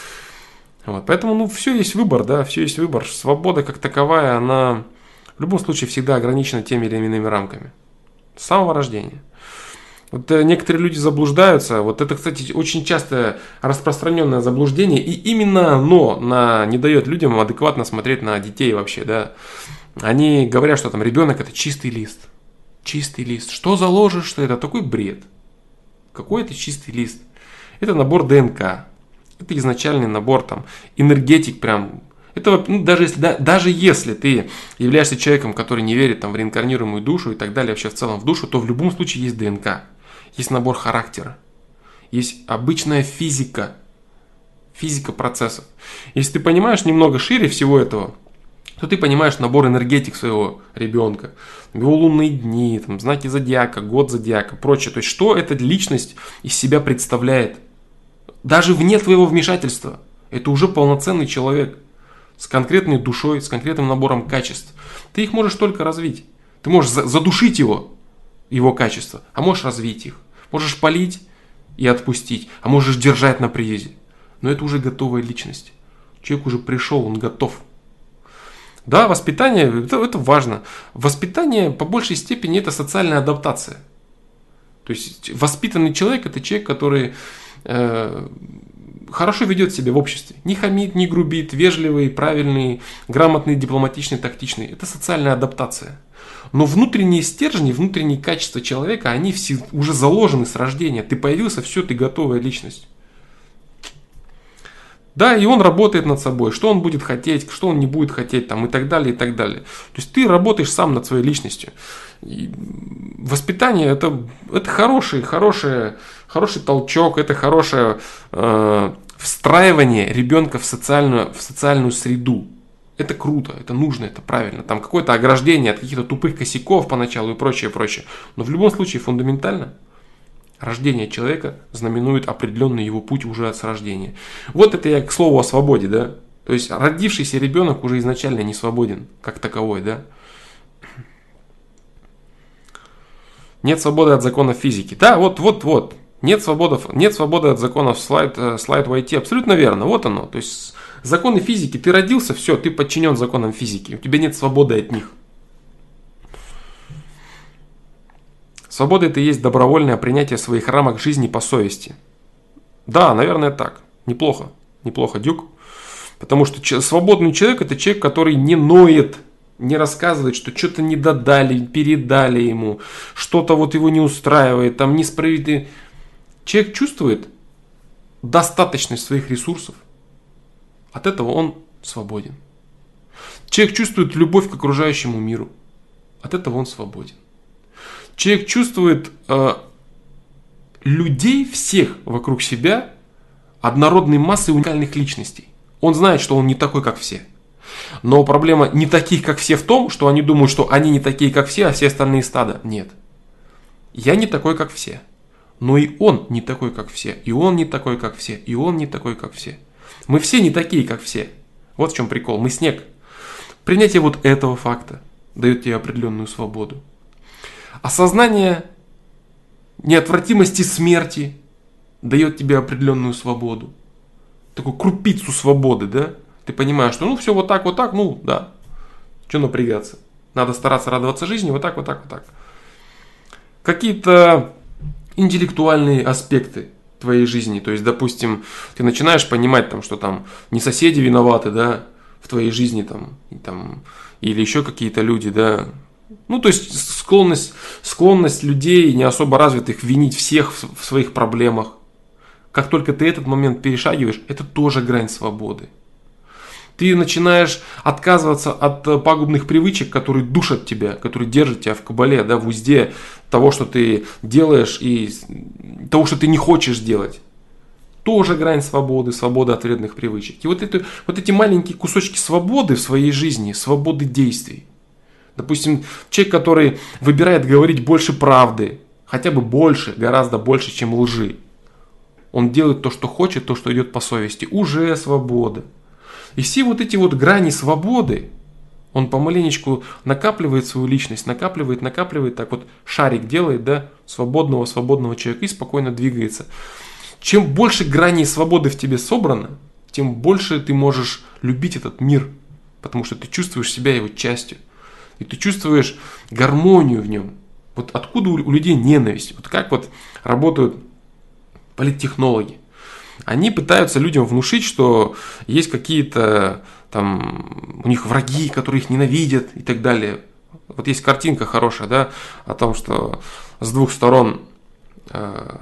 Вот. Поэтому, ну, все есть выбор, да, все есть выбор. Свобода как таковая, она в любом случае всегда ограничена теми или иными рамками. С самого рождения. Вот некоторые люди заблуждаются. Вот это, кстати, очень часто распространенное заблуждение. И именно оно на, не дает людям адекватно смотреть на детей вообще, да. Они говорят, что там ребенок это чистый лист. Чистый лист. Что заложишь, что это? Такой бред. Какой это чистый лист? Это набор ДНК. Это изначальный набор там энергетик прям. Это, ну, даже, если, да, даже если ты являешься человеком, который не верит там, в реинкарнируемую душу и так далее, вообще в целом в душу, то в любом случае есть ДНК. Есть набор характера. Есть обычная физика. Физика процессов. Если ты понимаешь немного шире всего этого, то ты понимаешь набор энергетик своего ребенка. Его лунные дни, там, знаки зодиака, год зодиака, прочее. То есть, что эта личность из себя представляет. Даже вне твоего вмешательства. Это уже полноценный человек. С конкретной душой, с конкретным набором качеств. Ты их можешь только развить. Ты можешь задушить его, его качества, а можешь развить их. Можешь полить и отпустить, а можешь держать на привязи. Но это уже готовая личность. Человек уже пришел, он готов. Да, воспитание, это, это важно. Воспитание по большей степени это социальная адаптация. То есть воспитанный человек это человек, который э, хорошо ведет себя в обществе. Не хамит, не грубит, вежливый, правильный, грамотный, дипломатичный, тактичный. Это социальная адаптация. Но внутренние стержни, внутренние качества человека, они все уже заложены с рождения. Ты появился, все, ты готовая личность. Да, и он работает над собой, что он будет хотеть, что он не будет хотеть, там, и так далее, и так далее. То есть ты работаешь сам над своей личностью. И воспитание это, это хороший, хороший, хороший толчок, это хорошее э, встраивание ребенка в социальную, в социальную среду. Это круто, это нужно, это правильно. Там какое-то ограждение от каких-то тупых косяков поначалу и прочее, прочее. Но в любом случае фундаментально Рождение человека знаменует определенный его путь уже с рождения. Вот это я к слову о свободе, да. То есть родившийся ребенок уже изначально не свободен, как таковой, да. Нет свободы от законов физики. Да, вот, вот, вот. Нет свободы, нет свободы от законов слайд, слайд уай ти. Абсолютно верно. Вот оно. То есть законы физики. Ты родился, все, ты подчинен законам физики. У тебя нет свободы от них. Свобода – это и есть добровольное принятие своих рамок жизни по совести. Да, наверное, так. Неплохо. Неплохо, Дюк. Потому что свободный человек – это человек, который не ноет, не рассказывает, что что-то не додали, передали ему, что-то вот его не устраивает, там несправедливо. Человек чувствует достаточность своих ресурсов. От этого он свободен. Человек чувствует любовь к окружающему миру. От этого он свободен. Человек чувствует э, людей всех вокруг себя, однородной массой уникальных личностей. Он знает, что он не такой, как все. Но проблема не таких, как все в том, что они думают, что они не такие, как все, а все остальные стадо. Нет. Я не такой, как все. Но и он не такой, как все. И он не такой, как все. И он не такой, как все. Мы все не такие, как все. Вот в чем прикол. Мы снег. Принятие вот этого факта дает тебе определенную свободу. Осознание неотвратимости смерти дает тебе определенную свободу. Такую крупицу свободы, да? Ты понимаешь, что ну все вот так, вот так, ну да. Что напрягаться? Надо стараться радоваться жизни, вот так, вот так, вот так. Какие-то интеллектуальные аспекты твоей жизни. То есть, допустим, ты начинаешь понимать, там, что там не соседи виноваты, да, в твоей жизни, там, и, там, или еще какие-то люди, да. Ну, то есть склонность, склонность людей не особо развитых винить всех в, в своих проблемах. Как только ты этот момент перешагиваешь, это тоже грань свободы. Ты начинаешь отказываться от пагубных привычек, которые душат тебя, которые держат тебя в кабале, да, в узде того, что ты делаешь и того, что ты не хочешь делать. Тоже грань свободы, свобода от вредных привычек. И вот, это, вот эти маленькие кусочки свободы в своей жизни, свободы действий. Допустим, человек, который выбирает говорить больше правды, хотя бы больше, гораздо больше, чем лжи. Он делает то, что хочет, то, что идет по совести. Уже свобода. И все вот эти вот грани свободы, он помаленечку накапливает свою личность, накапливает, накапливает, так вот шарик делает, да, свободного, свободного человека и спокойно двигается. Чем больше граней свободы в тебе собрано, тем больше ты можешь любить этот мир, потому что ты чувствуешь себя его частью. И ты чувствуешь гармонию в нем. Вот откуда у людей ненависть? Вот как вот работают политтехнологи. Они пытаются людям внушить, что есть какие-то там у них враги, которые их ненавидят и так далее. Вот есть картинка хорошая, да, о том, что с двух сторон э,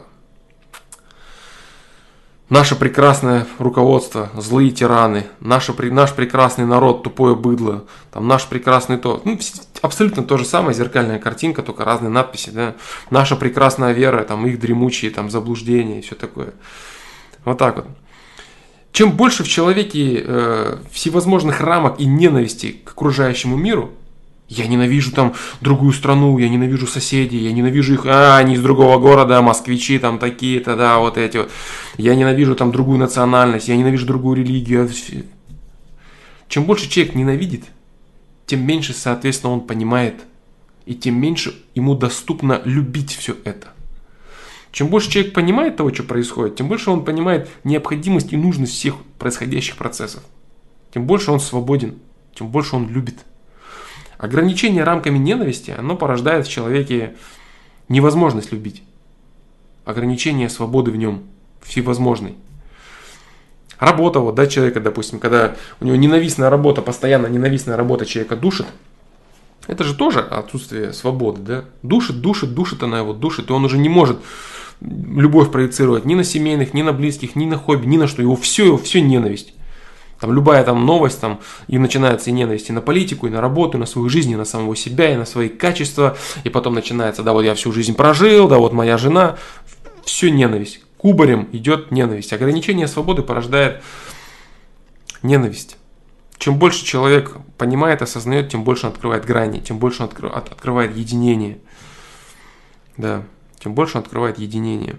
наше прекрасное руководство, злые тираны, наше, наш прекрасный народ, тупое быдло, там наш прекрасный то. Ну, абсолютно то же самое, зеркальная картинка, только разные надписи, да. Наша прекрасная вера, там их дремучие там, заблуждения и все такое. Вот так вот. Чем больше в человеке э, всевозможных рамок и ненависти к окружающему миру, я ненавижу там другую страну, я ненавижу соседей, я ненавижу их, а, они из другого города, москвичи там такие-то, да, вот эти вот. Я ненавижу там другую национальность, я ненавижу другую религию. Чем больше человек ненавидит, тем меньше, соответственно, он понимает, и тем меньше ему доступно любить все это. Чем больше человек понимает того, что происходит, тем больше он понимает необходимость и нужность всех происходящих процессов. Тем больше он свободен, тем больше он любит. Ограничение рамками ненависти, оно порождает в человеке невозможность любить. Ограничение свободы в нем всевозможной. Работа вот, да, человека, допустим, когда у него ненавистная работа, постоянно ненавистная работа человека душит, это же тоже отсутствие свободы, да? Душит, душит, душит она его, душит, и он уже не может любовь проецировать ни на семейных, ни на близких, ни на хобби, ни на что. Его все, его все ненависть. Там любая там новость, там, и начинается и ненависть и на политику, и на работу, и на свою жизнь, и на самого себя, и на свои качества. И потом начинается, да, вот я всю жизнь прожил, да, вот моя жена. Все ненависть. Кубарем идет ненависть. Ограничение свободы порождает ненависть. Чем больше человек понимает, осознает, тем больше он открывает грани, тем больше он открывает единение. Да. тем больше он открывает единение.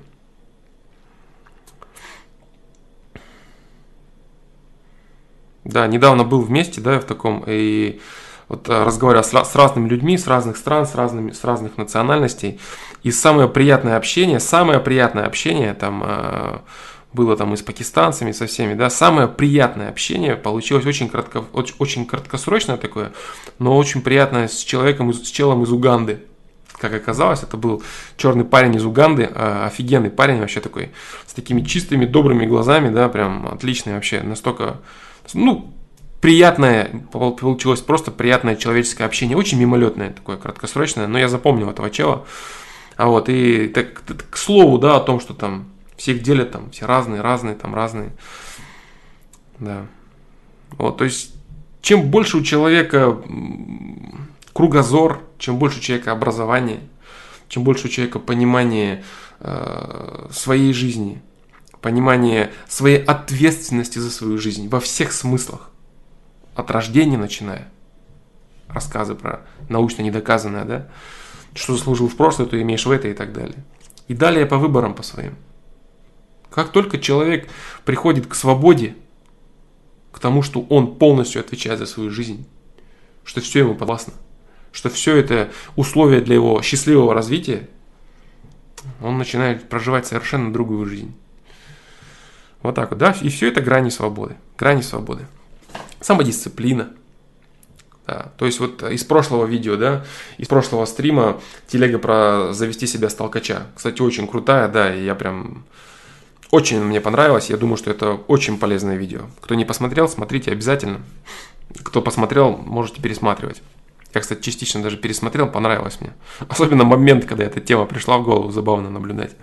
Да, недавно был вместе, да, в таком, и вот разговаривал с, с разными людьми, с разных стран, с, разными, с разных национальностей. И самое приятное общение, самое приятное общение, там э, было там и с пакистанцами, и со всеми, да, самое приятное общение получилось очень, кратко, очень, очень краткосрочное такое, но очень приятное с человеком, с челом из Уганды. Как оказалось, это был черный парень из Уганды, э, офигенный парень вообще такой, с такими чистыми, добрыми глазами, да, прям отличный вообще, настолько... Ну, приятное, получилось просто приятное человеческое общение, очень мимолетное такое, краткосрочное, но я запомнил этого чела. А вот, и так, к слову, да, о том, что там всех делят, там, все разные, разные, там, разные. Да. Вот, то есть, чем больше у человека кругозор, чем больше у человека образования, чем больше у человека понимания э, своей жизни, понимание своей ответственности за свою жизнь во всех смыслах, от рождения начиная, рассказы про научно недоказанное, да, что заслужил в прошлое, то имеешь в это и так далее. И далее по выборам по своим. Как только человек приходит к свободе, к тому, что он полностью отвечает за свою жизнь, что все ему подвластно, что все это условия для его счастливого развития, он начинает проживать совершенно другую жизнь. Вот так вот, да, и все это грани свободы, грани свободы. Самодисциплина. Да, то есть вот из прошлого видео, да, из прошлого стрима телега про завести себя с толкача. Кстати, очень крутая, да, и я прям, очень мне понравилось, я думаю, что это очень полезное видео. Кто не посмотрел, смотрите обязательно. Кто посмотрел, можете пересматривать. Я, кстати, частично даже пересмотрел, понравилось мне. Особенно момент, когда эта тема пришла в голову, забавно наблюдать.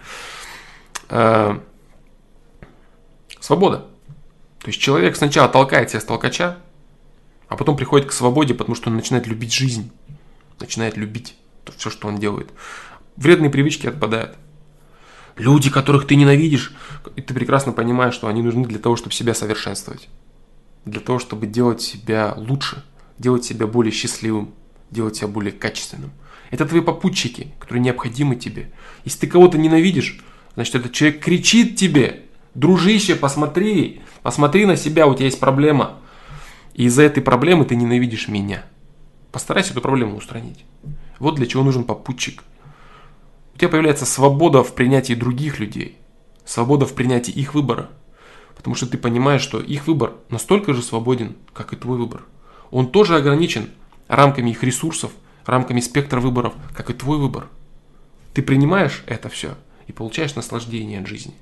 Свобода. То есть человек сначала толкает себя с толкача, а потом приходит к свободе, потому что он начинает любить жизнь, начинает любить то, все, что он делает. Вредные привычки отпадают. Люди, которых ты ненавидишь, и ты прекрасно понимаешь, что они нужны для того, чтобы себя совершенствовать, для того, чтобы делать себя лучше, делать себя более счастливым, делать себя более качественным. Это твои попутчики, которые необходимы тебе. Если ты кого-то ненавидишь, значит, этот человек кричит тебе: дружище, посмотри, посмотри на себя, у тебя есть проблема. И из-за этой проблемы ты ненавидишь меня. Постарайся эту проблему устранить. Вот для чего нужен попутчик. У тебя появляется свобода в принятии других людей. Свобода в принятии их выбора. Потому что ты понимаешь, что их выбор настолько же свободен, как и твой выбор. Он тоже ограничен рамками их ресурсов, рамками спектра выборов, как и твой выбор. Ты принимаешь это все и получаешь наслаждение от жизни.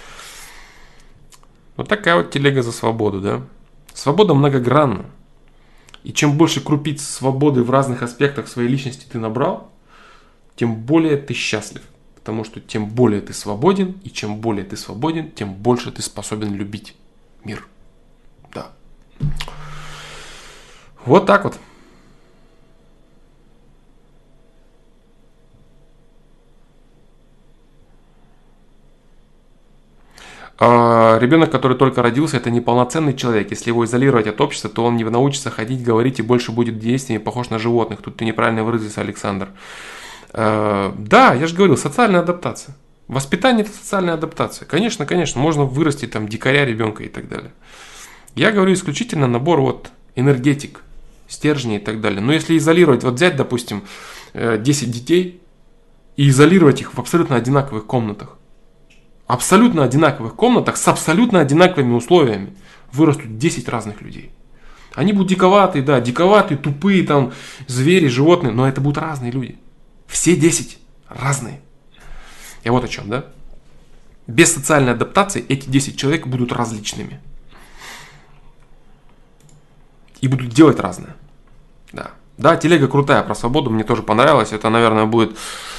Вот такая вот телега за свободу, да. Свобода многогранна. И чем больше крупиц свободы в разных аспектах своей личности ты набрал, тем более ты счастлив. Потому что тем более ты свободен, и чем более ты свободен, тем больше ты способен любить мир. Да. Вот так вот. Ребенок, который только родился, это неполноценный человек. Если его изолировать от общества, то он не научится ходить, говорить и больше будет действиями похож на животных. Тут ты неправильно выразился, Александр. Да, я же говорил, социальная адаптация. Воспитание – это социальная адаптация. Конечно, конечно, можно вырастить там дикаря ребенка и так далее. Я говорю исключительно набор вот энергетик, стержней и так далее. Но если изолировать, вот взять, допустим, десять детей и изолировать их в абсолютно одинаковых комнатах, абсолютно одинаковых комнатах с абсолютно одинаковыми условиями вырастут десять разных людей. Они будут диковатые, да, диковатые, тупые, там, звери, животные, но это будут разные люди. Все десять разные. Я вот о чем, да? Без социальной адаптации эти десять человек будут различными. И будут делать разное. Да, да, телега крутая про свободу, мне тоже понравилось. Это, наверное, будет...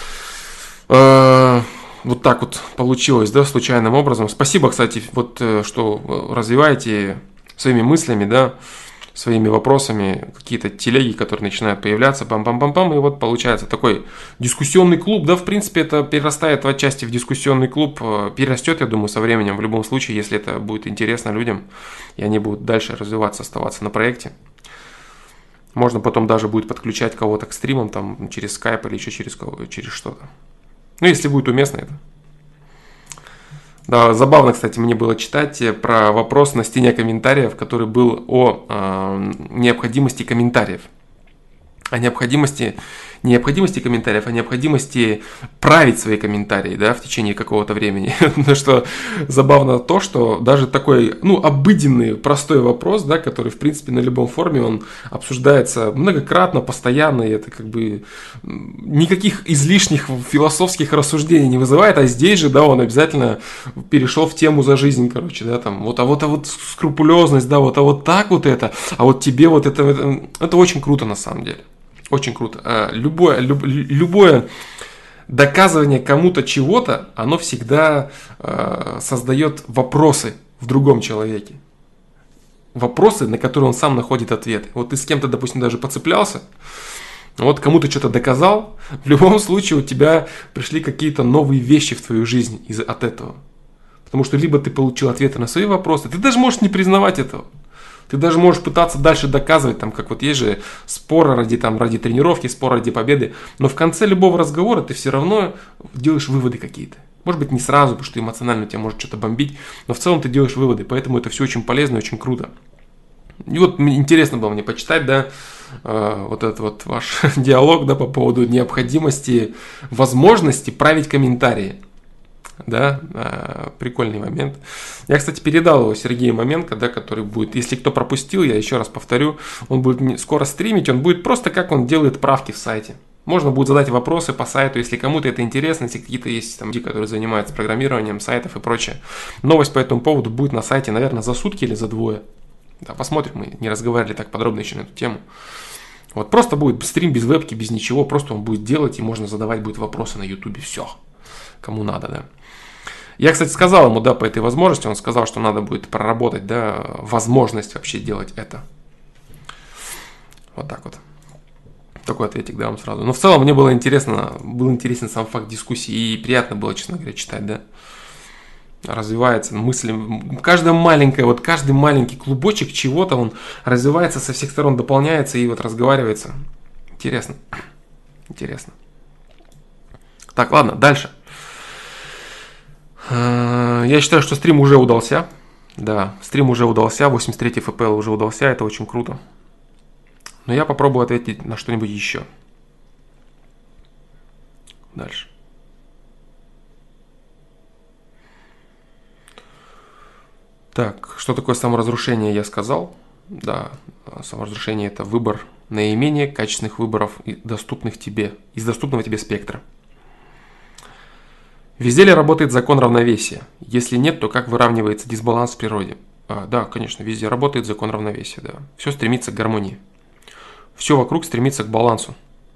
Э- Вот так вот получилось, да, случайным образом. Спасибо, кстати, вот что развиваете своими мыслями, да, своими вопросами какие-то телеги, которые начинают появляться, пам-пам-пам-пам, и вот получается такой дискуссионный клуб, да, в принципе, это перерастает в отчасти в дискуссионный клуб, перерастет, я думаю, со временем, в любом случае, если это будет интересно людям, и они будут дальше развиваться, оставаться на проекте. Можно потом даже будет подключать кого-то к стримам, там, через скайп или еще через, через что-то. Ну, если будет уместно это. Да, забавно, кстати, мне было читать про вопрос на стене комментариев, который был о э, необходимости комментариев. О необходимости, необходимости комментариев, о необходимости править свои комментарии, да, в течение какого-то времени. Но что забавно то, что даже такой, ну, обыденный, простой вопрос, да, который, в принципе, на любом форуме, он обсуждается многократно, постоянно, и это как бы никаких излишних философских рассуждений не вызывает, а здесь же, да, он обязательно перешел в тему за жизнь, короче, да, там, вот, а вот, а вот скрупулезность, да, вот, а вот так вот это, а вот тебе вот это, это, это очень круто на самом деле. Очень круто. Любое, люб, любое доказывание кому-то чего-то, оно всегда э, создает вопросы в другом человеке. Вопросы, на которые он сам находит ответы. Вот ты с кем-то, допустим, даже поцеплялся, вот кому-то что-то доказал, в любом случае у тебя пришли какие-то новые вещи в твою жизнь из- от этого. Потому что либо ты получил ответы на свои вопросы, ты даже можешь не признавать этого. Ты даже можешь пытаться дальше доказывать, там, как вот есть же споры ради, там, ради тренировки, спор ради победы. Но в конце любого разговора ты все равно делаешь выводы какие-то. Может быть, не сразу, потому что эмоционально тебя может что-то бомбить. Но в целом ты делаешь выводы. Поэтому это все очень полезно и очень круто. И вот интересно было мне почитать, да, э, вот этот вот ваш диалог, да, по поводу необходимости, возможности править комментарии. Да, э, прикольный момент. Я, кстати, передал его Сергею Маменко, да, который будет, если кто пропустил, я еще раз повторю, он будет скоро стримить, он будет просто как он делает правки в сайте. Можно будет задать вопросы по сайту, если кому-то это интересно, если какие-то есть там люди, которые занимаются программированием сайтов и прочее. Новость по этому поводу будет на сайте, наверное, за сутки или за двое. Да, посмотрим, мы не разговаривали так подробно еще на эту тему. Вот просто будет стрим без вебки, без ничего, просто он будет делать, и можно задавать будет вопросы на ютубе, все, кому надо, да. Я, кстати, сказал ему, да, по этой возможности, он сказал, что надо будет проработать, да, возможность вообще делать это. Вот так вот. Такой ответик, да, вам сразу. Но в целом мне было интересно, был интересен сам факт дискуссии, и приятно было, честно говоря, читать, да. Развивается мысли, каждая маленькая, вот каждый маленький клубочек чего-то, он развивается со всех сторон, дополняется и вот разговаривается. Интересно. Интересно. Так, ладно, дальше. Я считаю, что стрим уже удался. Да, стрим уже удался, восемьдесят три эф пи эл уже удался, это очень круто. Но я попробую ответить на что-нибудь еще. Дальше. Так, что такое саморазрушение, я сказал. Да, саморазрушение – это выбор наименее качественных выборов, доступных тебе, из доступного тебе спектра. Везде ли работает закон равновесия? Если нет, то как выравнивается дисбаланс в природе? А, да, конечно, везде работает закон равновесия. Да. Все стремится к гармонии. Все вокруг стремится к балансу.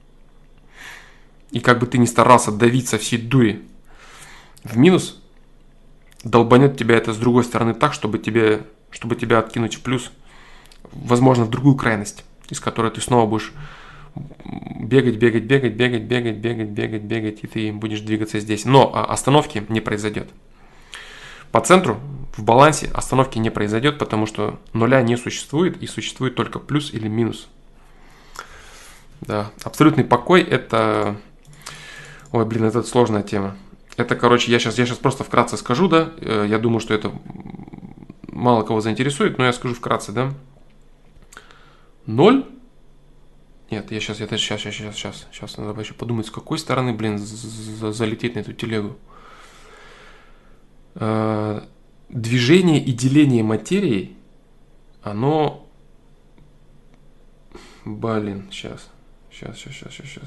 И как бы ты ни старался давить со всей дури в минус, долбанет тебя это с другой стороны так, чтобы, тебе, чтобы тебя откинуть в плюс, возможно, в другую крайность, из которой ты снова будешь бегать, бегать, бегать, бегать, бегать, бегать, бегать, бегать, и ты будешь двигаться здесь. Но остановки не произойдет. По центру, в балансе остановки не произойдет, потому что нуля не существует, и существует только плюс или минус. Да. Абсолютный покой – это... Ой, блин, это сложная тема. Это, короче, я сейчас, я сейчас просто вкратце скажу, да. Я думаю, что это мало кого заинтересует, но я скажу вкратце, да. Ноль. Нет, я сейчас, я сейчас, сейчас, сейчас, сейчас, сейчас надо еще подумать, с какой стороны, блин, залететь на эту телегу. Движение и деление материи, оно, блин, сейчас, сейчас, сейчас, сейчас, сейчас.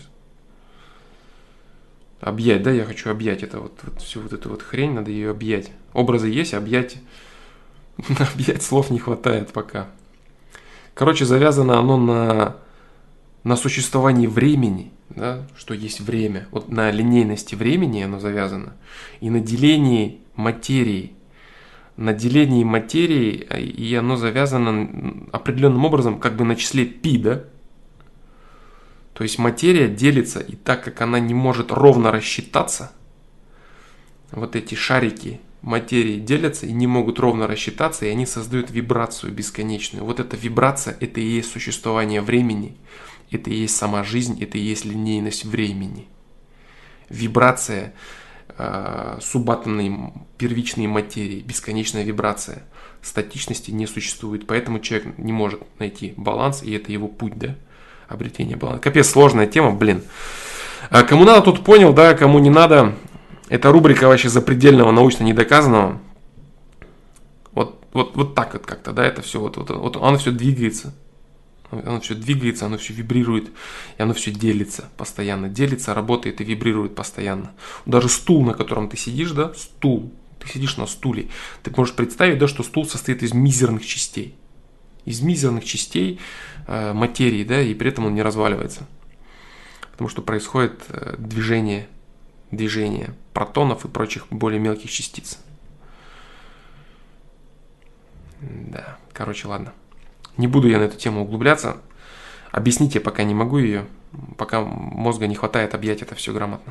Объять, да, я хочу объять это вот, вот всю вот эту вот хрень, надо ее объять. Образы есть, объять, объять слов не хватает пока. Короче, завязано оно на, на существовании времени, да, что есть время. Вот на линейности времени оно завязано. И на делении материи. На делении материи, и оно завязано определенным образом, как бы на числе π, да. То есть материя делится, и так как она не может ровно рассчитаться, вот эти шарики материи делятся и не могут ровно рассчитаться, и они создают вибрацию бесконечную. Вот эта вибрация – это и есть существование времени, это и есть сама жизнь, это и есть линейность времени. вибрация э, субатомной первичной материи, бесконечная вибрация. Статичности не существует, поэтому человек не может найти баланс, и это его путь, да, обретения баланса. Капец, сложная тема, блин. А кому надо, тот понял, да, кому не надо, это рубрика вообще запредельного научно недоказанного. Вот, вот, вот так вот как-то, да, это все, вот, вот, вот оно все двигается. Оно все двигается, оно все вибрирует, и оно все делится постоянно. Делится, работает и вибрирует постоянно. Даже стул, на котором ты сидишь, да, стул, ты сидишь на стуле, ты можешь представить, да, что стул состоит из мизерных частей. Из мизерных частей э, материи, да, и при этом он не разваливается. Потому что происходит э, движение, движение протонов и прочих более мелких частиц. Да, короче, ладно. Не буду я на эту тему углубляться. Объяснить я пока не могу ее. Пока мозга не хватает объять это все грамотно.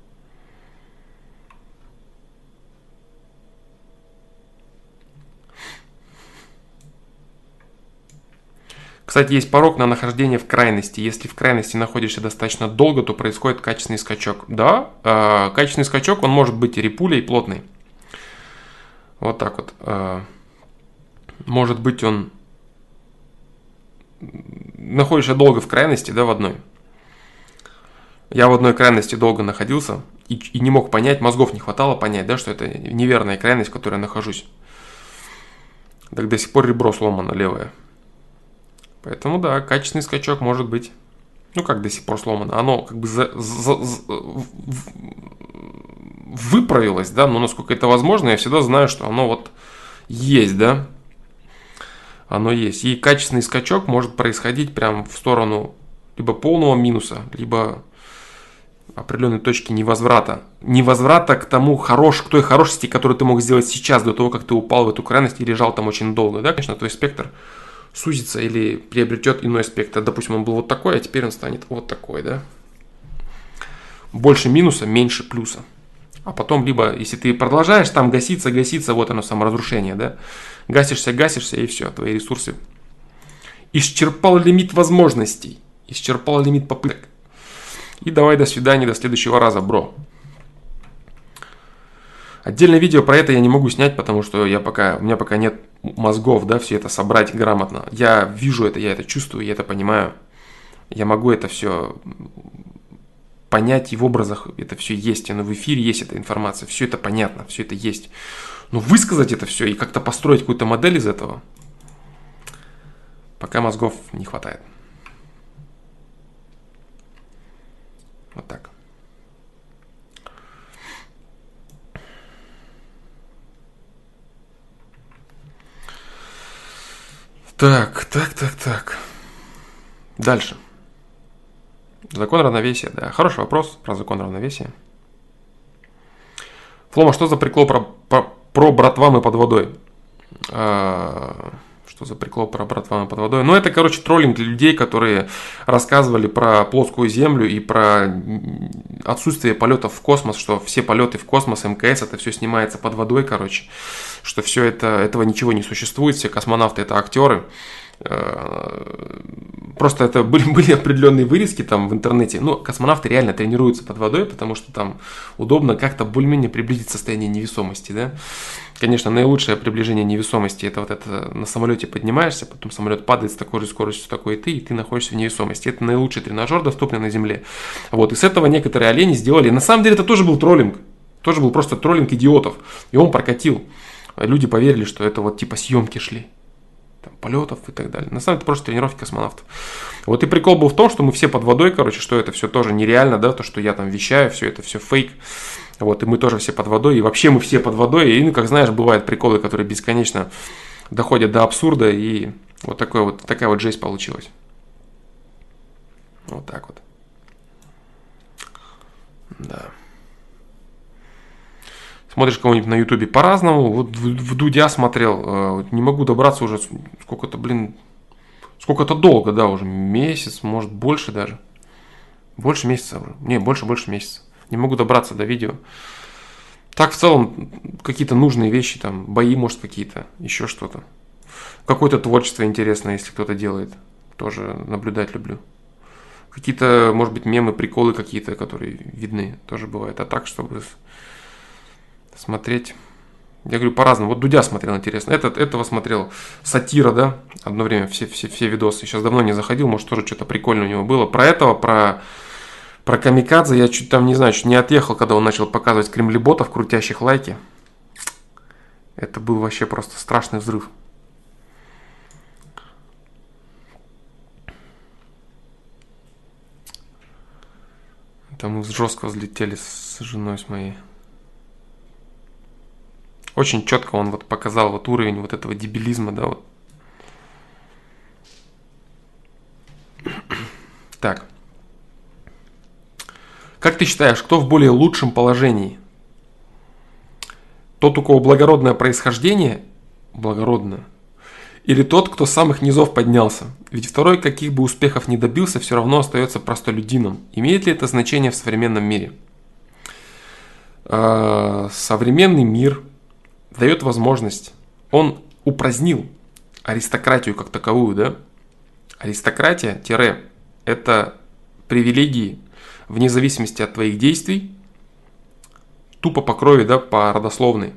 Кстати, есть порог на нахождение в крайности. Если в крайности находишься достаточно долго, то происходит качественный скачок. Да, э, качественный скачок, он может быть и репулей, и плотный. Вот так вот. Э, может быть он... Находишься долго в крайности, да, в одной. Я в одной крайности долго находился и, и не мог понять, мозгов не хватало понять, да, что это неверная крайность, в которой я нахожусь. Так до сих пор ребро сломано левое. Поэтому, да, качественный скачок может быть. Ну, как до сих пор сломано. Оно как бы за, за, за, выправилось, да, но насколько это возможно, я всегда знаю, что оно вот есть, да. Оно есть. И качественный скачок может происходить прямо в сторону либо полного минуса, либо определенной точки невозврата. Невозврата к тому хорош, к той хорошести, которую ты мог сделать сейчас, до того, как ты упал в эту крайность и лежал там очень долго. Да, конечно, твой спектр сузится или приобретет иной спектр. Допустим, он был вот такой, а теперь он станет вот такой, да. Больше минуса, меньше плюса. А потом, либо, если ты продолжаешь там гаситься, гаситься, вот оно саморазрушение, да. Гасишься, гасишься, и все, твои ресурсы. Исчерпал лимит возможностей. Исчерпал лимит попыток. И давай до свидания, до следующего раза, бро. Отдельное видео про это я не могу снять, потому что я пока, у меня пока нет мозгов, да, все это собрать грамотно. Я вижу это, я это чувствую, я это понимаю. Я могу это все понять, и в образах это все есть, и в эфире есть эта информация, все это понятно, все это есть. Но высказать это все и как-то построить какую-то модель из этого, пока мозгов не хватает. Вот так. Так, так, так, так. Дальше. Закон равновесия, да. Хороший вопрос про закон равновесия. Флома, что за прикол про, про, про братва мы под водой? А, что за прикол про братва мы под водой? Ну, это, короче, троллинг для людей, которые рассказывали про плоскую землю и про отсутствие полетов в космос, что все полеты в космос, МКС, это все снимается под водой, короче. Что все это, этого ничего не существует, все космонавты это актеры. Просто это были, были определенные вырезки там в интернете. Ну, космонавты реально тренируются под водой, потому что там удобно как-то более-менее приблизить состояние невесомости, да. Конечно, наилучшее приближение невесомости это вот это на самолете поднимаешься, потом самолет падает с такой же скоростью, такой и ты, и ты находишься в невесомости. Это наилучший тренажер, доступный на Земле. Вот, и с этого некоторые олени сделали. На самом деле это тоже был троллинг. Тоже был просто троллинг идиотов. И он прокатил. Люди поверили, что это вот типа съемки шли. Там, полетов и так далее. На самом деле это просто тренировки космонавтов. Вот и прикол был в том, что мы все под водой, короче, что это все тоже нереально, да, то, что я там вещаю, все это все фейк. Вот, и мы тоже все под водой, и вообще мы все под водой. И, ну, как знаешь, бывают приколы, которые бесконечно доходят до абсурда, и вот, такой вот такая вот жесть получилась. Вот так вот. Да. Смотришь кого-нибудь на ютубе по-разному. Вот в, в Дудя смотрел, не могу добраться уже сколько-то, блин, сколько-то долго, да, уже месяц, может больше даже. Больше месяца уже. Не, больше, больше месяца. Не могу добраться до видео. Так в целом какие-то нужные вещи, там, бои, может, какие-то, еще что-то. Какое-то творчество интересное, если кто-то делает. Тоже наблюдать люблю. Какие-то, может быть, мемы, приколы какие-то, которые видны, тоже бывает. А так, чтобы смотреть... Я говорю, по-разному. Вот Дудя смотрел, интересно. Этот, этого смотрел. Сатира, да? Одно время все, все, все видосы. Сейчас давно не заходил, может, тоже что-то прикольное у него было. Про этого, про, про Камикадзе я чуть там, не знаю, чуть не отъехал, когда он начал показывать кремлеботов, крутящих лайки. Это был вообще просто страшный взрыв. Там мы жестко взлетели с женой, с моей. Очень четко он вот показал вот уровень вот этого дебилизма, да, вот. Так. Как ты считаешь, кто в более лучшем положении? Тот, у кого благородное происхождение, благородное, или тот, кто с самых низов поднялся? Ведь второй, каких бы успехов не добился, все равно остается простолюдином. Имеет ли это значение в современном мире? Современный мир дает возможность, он упразднил аристократию как таковую, да? Аристократия, тире, это привилегии вне зависимости от твоих действий, тупо по крови, да, по родословной.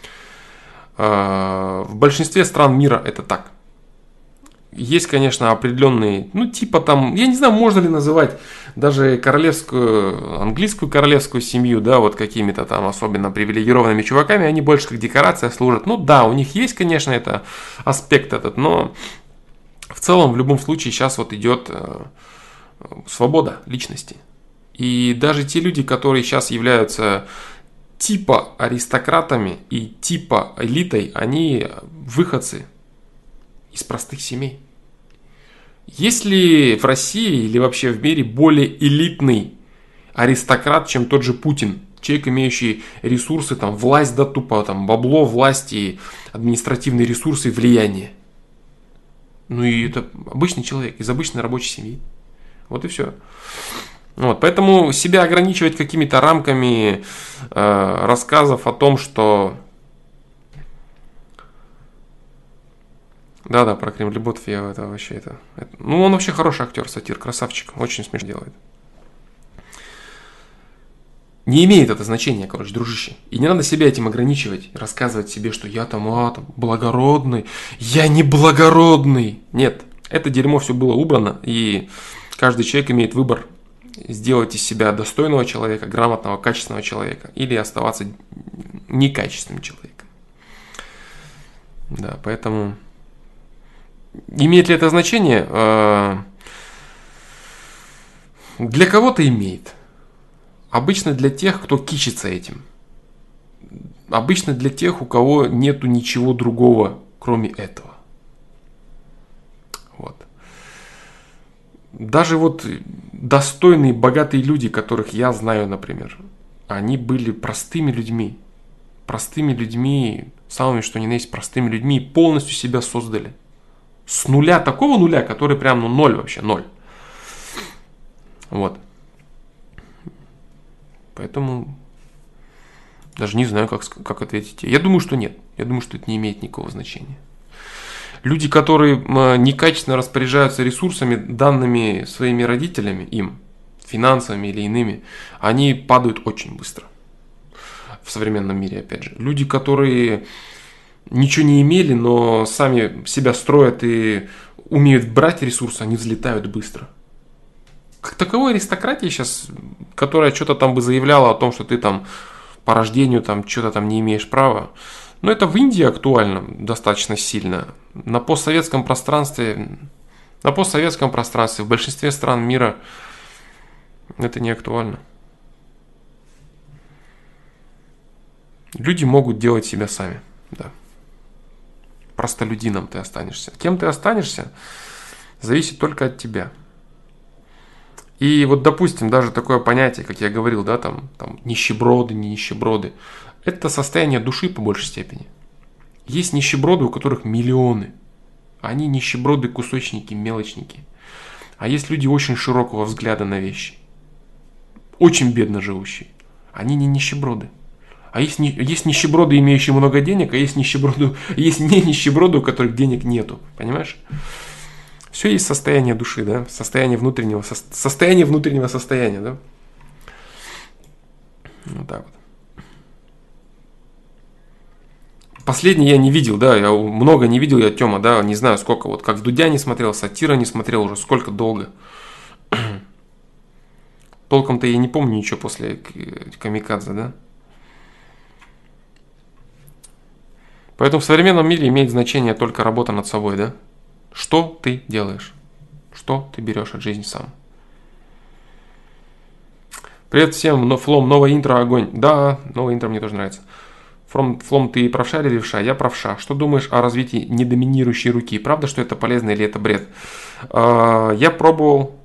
В большинстве стран мира это так. Есть, конечно, определенные, ну, типа там, я не знаю, можно ли называть даже королевскую, английскую королевскую семью, да, вот какими-то там особенно привилегированными чуваками, они больше как декорация служат. Ну да, у них есть, конечно, это аспект этот, но в целом, в любом случае, сейчас вот идет э, свобода личности. И даже те люди, которые сейчас являются типа аристократами и типа элитой, они выходцы из простых семей. Есть ли в России или вообще в мире более элитный аристократ, чем тот же Путин? Человек, имеющий ресурсы, там, власть, да, тупо, там, бабло, власть и административные ресурсы и влияние. Ну и это обычный человек из обычной рабочей семьи. Вот и все. Вот, поэтому себя ограничивать какими-то рамками э, рассказов о том, что... Да-да, про кремлеботов я это вообще это, это... Ну, он вообще хороший актер, сатир, красавчик, очень смешно делает. Не имеет это значения, короче, дружище. И не надо себя этим ограничивать, рассказывать себе, что я там, а, там, благородный. Я не благородный. Нет, это дерьмо все было убрано, и каждый человек имеет выбор сделать из себя достойного человека, грамотного, качественного человека, или оставаться некачественным человеком. Да, поэтому... Имеет ли это значение? Для кого-то имеет. Обычно для тех, кто кичится этим. Обычно для тех, у кого нету ничего другого, кроме этого. Вот. Даже вот достойные, богатые люди, которых я знаю, например, они были простыми людьми. Простыми людьми, самыми что ни на есть простыми людьми, и полностью себя создали. С нуля, такого нуля, который прям, ну, ноль вообще, ноль. Вот. Поэтому даже не знаю, как, как ответить. Я думаю, что нет. Я думаю, что это не имеет никакого значения. Люди, которые некачественно распоряжаются ресурсами, данными своими родителями, им, финансовыми или иными, они падают очень быстро. В современном мире, опять же. Люди, которые... ничего не имели, но сами себя строят и умеют брать ресурсы, они взлетают быстро. Как таковой аристократии сейчас, которая что-то там бы заявляла о том, что ты там по рождению там что-то там не имеешь права. Но это в Индии актуально достаточно сильно. На постсоветском пространстве, на постсоветском пространстве в большинстве стран мира это не актуально. Люди могут делать себя сами, да. Простолюдином ты останешься. Кем ты останешься, зависит только от тебя. И вот, допустим, даже такое понятие, как я говорил, да, там, там нищеброды, не нищеброды, это состояние души по большей степени. Есть нищеброды, у которых миллионы. Они нищеброды, кусочники, мелочники. А есть люди очень широкого взгляда на вещи. Очень бедно живущие. Они не нищеброды. А есть, есть нищеброды, имеющие много денег, а есть нищеброды, есть не нищеброды, у которых денег нету. Понимаешь? Все есть состояние души, да, состояние внутреннего, состояние внутреннего состояния, да. Вот так вот. Последний я не видел, да, я много не видел, я Тёма, да, не знаю сколько, вот как Дудя не смотрел, Сатира не смотрел уже, сколько долго. Толком-то я не помню ничего после Камикадзе, да. Поэтому в современном мире имеет значение только работа над собой, да. Что ты делаешь? Что ты берешь от жизни сам? Привет всем, но Флом, новое интро, огонь. Да, новое интро мне тоже нравится. Флом, Флом, ты правша или левша? Я правша. Что думаешь о развитии недоминирующей руки? Правда, что это полезно или это бред? Я пробовал.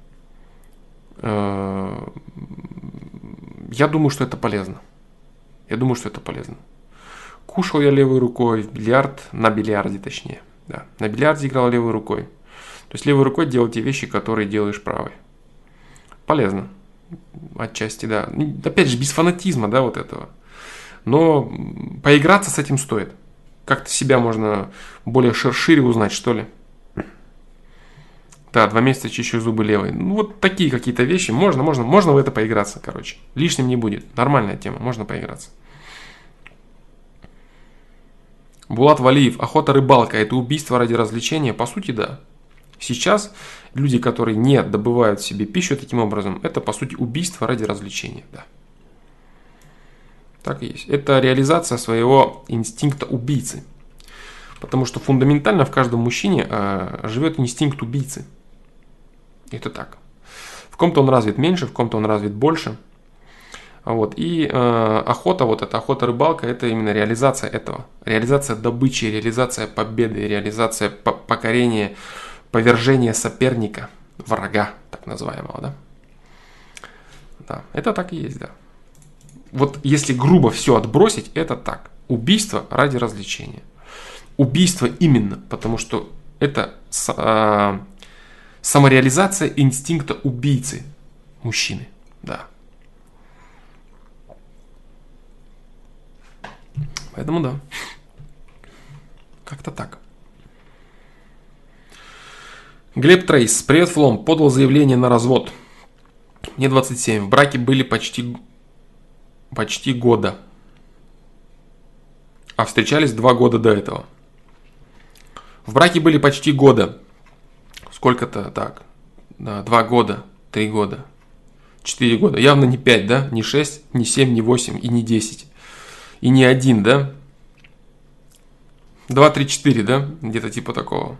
Я думаю, что это полезно. Я думаю, что это полезно. Кушал я левой рукой, бильярд, на бильярде точнее. Да, на бильярде играл левой рукой. То есть левой рукой делать те вещи, которые делаешь правой. Полезно. Отчасти, да. Опять же, без фанатизма, да, вот этого. Но поиграться с этим стоит. Как-то себя можно более шире узнать, что ли. Да, два месяца чищу зубы левой. Ну, вот такие какие-то вещи. Можно, можно, можно в это поиграться, короче. Лишним не будет. Нормальная тема, можно поиграться. Булат Валиев. Охота, рыбалка – это убийство ради развлечения? По сути, да. Сейчас люди, которые не добывают себе пищу таким образом, это, по сути, убийство ради развлечения, да. Так и есть. Это реализация своего инстинкта убийцы. Потому что фундаментально в каждом мужчине э, живет инстинкт убийцы. Это так. В ком-то он развит меньше, в ком-то он развит больше. Вот. И э, охота, вот эта охота-рыбалка, это именно реализация этого. Реализация добычи, реализация победы, реализация покорения, повержения соперника, врага, так называемого, да. Да, это так и есть, да. Вот если грубо все отбросить, это так. Убийство ради развлечения. Убийство именно, потому что это э, самореализация инстинкта убийцы мужчины. Да. Поэтому да. Как-то так. Глеб Трейс. Привет, Флом. Подал заявление на развод. Мне двадцать семь. В браке были почти, почти года. А встречались два года до этого. В браке были почти года. Сколько-то так. Да, два года, три года, четыре года. Явно не пять, да? Не шесть, не семь, не восемь и не десять. И не один, да? Два, три, четыре, да? Где-то типа такого.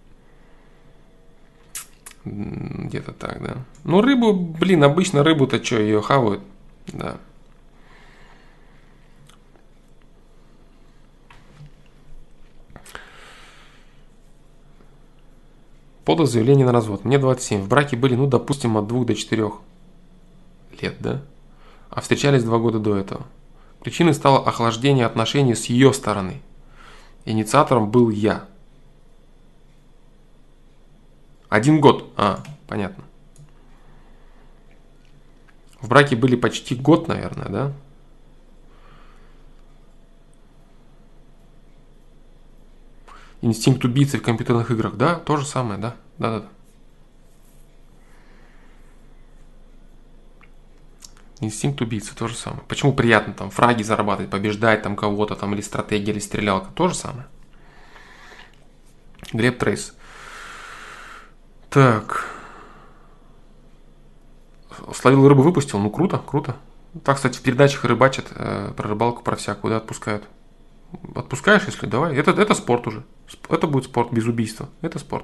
Где-то так, да. Ну, рыбу, блин, обычно рыбу-то что, ее хавают? Да. Подал заявление на развод. Мне двадцать семь. В браке были, ну, допустим, от двух до четырёх лет, да? А встречались два года до этого. Причиной стало охлаждение отношений с ее стороны. Инициатором был я. Один год. А, понятно. В браке были почти год, наверное, да? Инстинкт убийцы в компьютерных играх. Да, то же самое, да. Да-да-да. Инстинкт убийцы, то же самое. Почему приятно там фраги зарабатывать, побеждать там кого-то, там, или стратегия, или стрелялка. То же самое. Глеб Трейс. Так. Словил рыбу, выпустил. Ну, круто, круто. Так, кстати, в передачах рыбачат э, про рыбалку, про всякую, да, отпускают. Отпускаешь, если давай. Это, это спорт уже. Это будет спорт без убийства. Это спорт.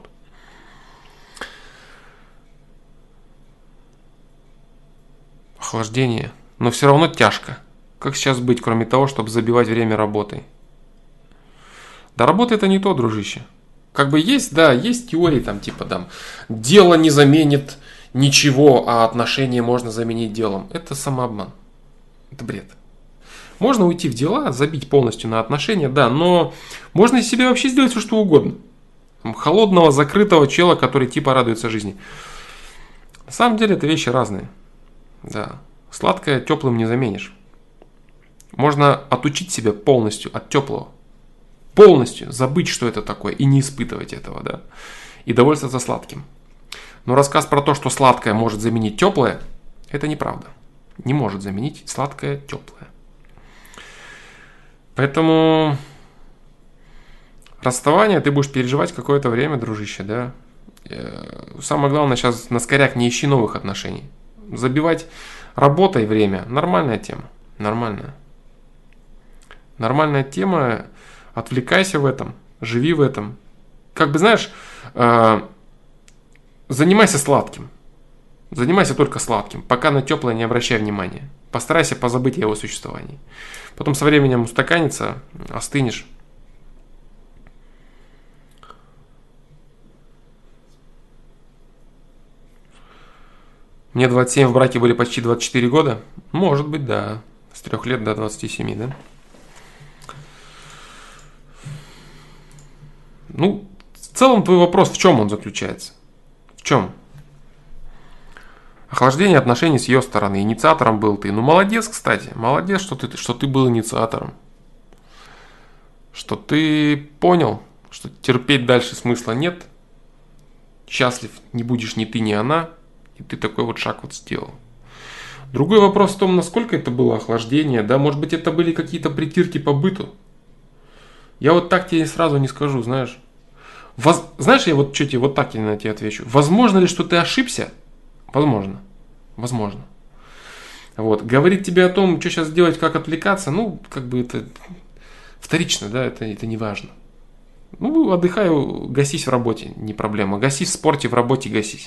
Охлаждение. Но все равно тяжко. Как сейчас быть, кроме того, чтобы забивать время работой? Да работа это не то, дружище. Как бы есть, да, есть теории там, типа там, дело не заменит ничего, а отношения можно заменить делом. Это самообман. Это бред. Можно уйти в дела, забить полностью на отношения, да, но можно из себя вообще сделать все, что угодно. Холодного, закрытого чела, который типа радуется жизни. На самом деле это вещи разные. Да. Сладкое теплым не заменишь. Можно отучить себя полностью от теплого. Полностью забыть, что это такое, и не испытывать этого, да. и довольствоваться сладким. Но рассказ про то, что сладкое может заменить теплое, это неправда. Не может заменить сладкое теплое. Поэтому расставание ты будешь переживать какое-то время, дружище, да. Самое главное сейчас на скоряк не ищи новых отношений. Забивать работой время – нормальная тема. Нормальная. Нормальная тема. Отвлекайся в этом. Живи в этом. Как бы, знаешь, э, занимайся сладким. Занимайся только сладким. Пока на теплое не обращай внимания. Постарайся позабыть о его существовании. Потом со временем устаканится, остынешь. Мне двадцать семь, в браке были почти двадцать четыре года. Может быть, да. С трех лет до двадцати семи, да? Ну, в целом твой вопрос, в чем он заключается? В чем? Охлаждение отношений с ее стороны. Инициатором был ты. Ну, молодец, кстати. Молодец, что ты, что ты был инициатором. Что ты понял, что терпеть дальше смысла нет. Счастлив не будешь ни ты, ни она. И ты такой вот шаг вот сделал. Другой вопрос в том, насколько это было охлаждение. Да, может быть, это были какие-то притирки по быту. Я вот так тебе сразу не скажу, знаешь. Воз... Знаешь, я вот что тебе вот так тебе на тебя отвечу. Возможно ли, что ты ошибся? Возможно. Возможно. Вот. Говорить тебе о том, что сейчас делать, как отвлекаться, ну, как бы это вторично, да, это, это не важно. Ну, отдыхай, гасись в работе, не проблема. Гасись в спорте, в работе гасись.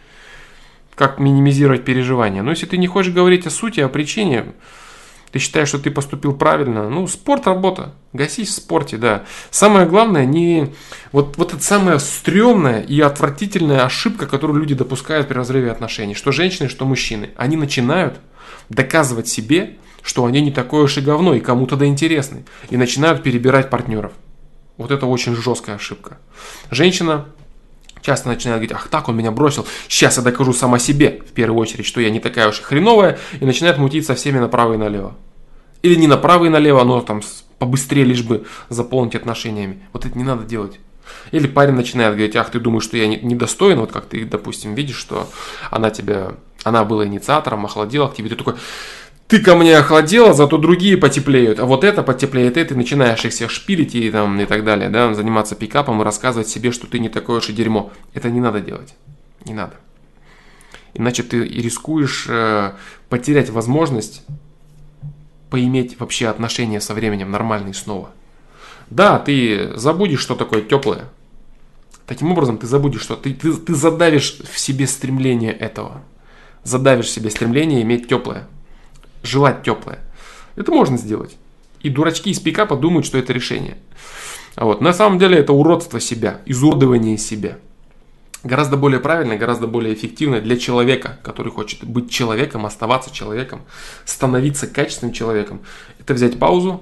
Как минимизировать переживания? Но если ты не хочешь говорить о сути, о причине, ты считаешь, что ты поступил правильно, ну, спорт, работа, гасись в спорте, да. Самое главное, не... Вот, вот это самая стрёмная и отвратительная ошибка, которую люди допускают при разрыве отношений, что женщины, что мужчины, они начинают доказывать себе, что они не такое уж и говно, и кому-то да интересны, и начинают перебирать партнеров. Вот это очень жесткая ошибка. Женщина часто начинает говорить: ах, так он меня бросил, сейчас я докажу сама себе, в первую очередь, что я не такая уж и хреновая, и начинает мутить со всеми направо и налево. Или не направо и налево, но там побыстрее, лишь бы заполнить отношениями. Вот это не надо делать. Или парень начинает говорить: ах, ты думаешь, что я недостоин, вот как ты, допустим, видишь, что она тебя, она была инициатором, охладила к тебе, ты такой: ты ко мне охладела, зато другие потеплеют, а вот это потеплеет, и ты начинаешь их всех шпилить и, там, и так далее, да, заниматься пикапом и рассказывать себе, что ты не такое уж и дерьмо. Это не надо делать, не надо. Иначе ты рискуешь э, потерять возможность поиметь вообще отношения со временем нормальные снова. Да, ты забудешь, что такое теплое. Таким образом, ты забудешь, что ты, ты, ты задавишь в себе стремление этого. Задавишь в себе стремление иметь теплое. Желать теплое. Это можно сделать. И дурачки из пикапа думают, что это решение. А вот, на самом деле это уродство себя, изуродование себя. Гораздо более правильно, гораздо более эффективно для человека, который хочет быть человеком, оставаться человеком, становиться качественным человеком. Это взять паузу,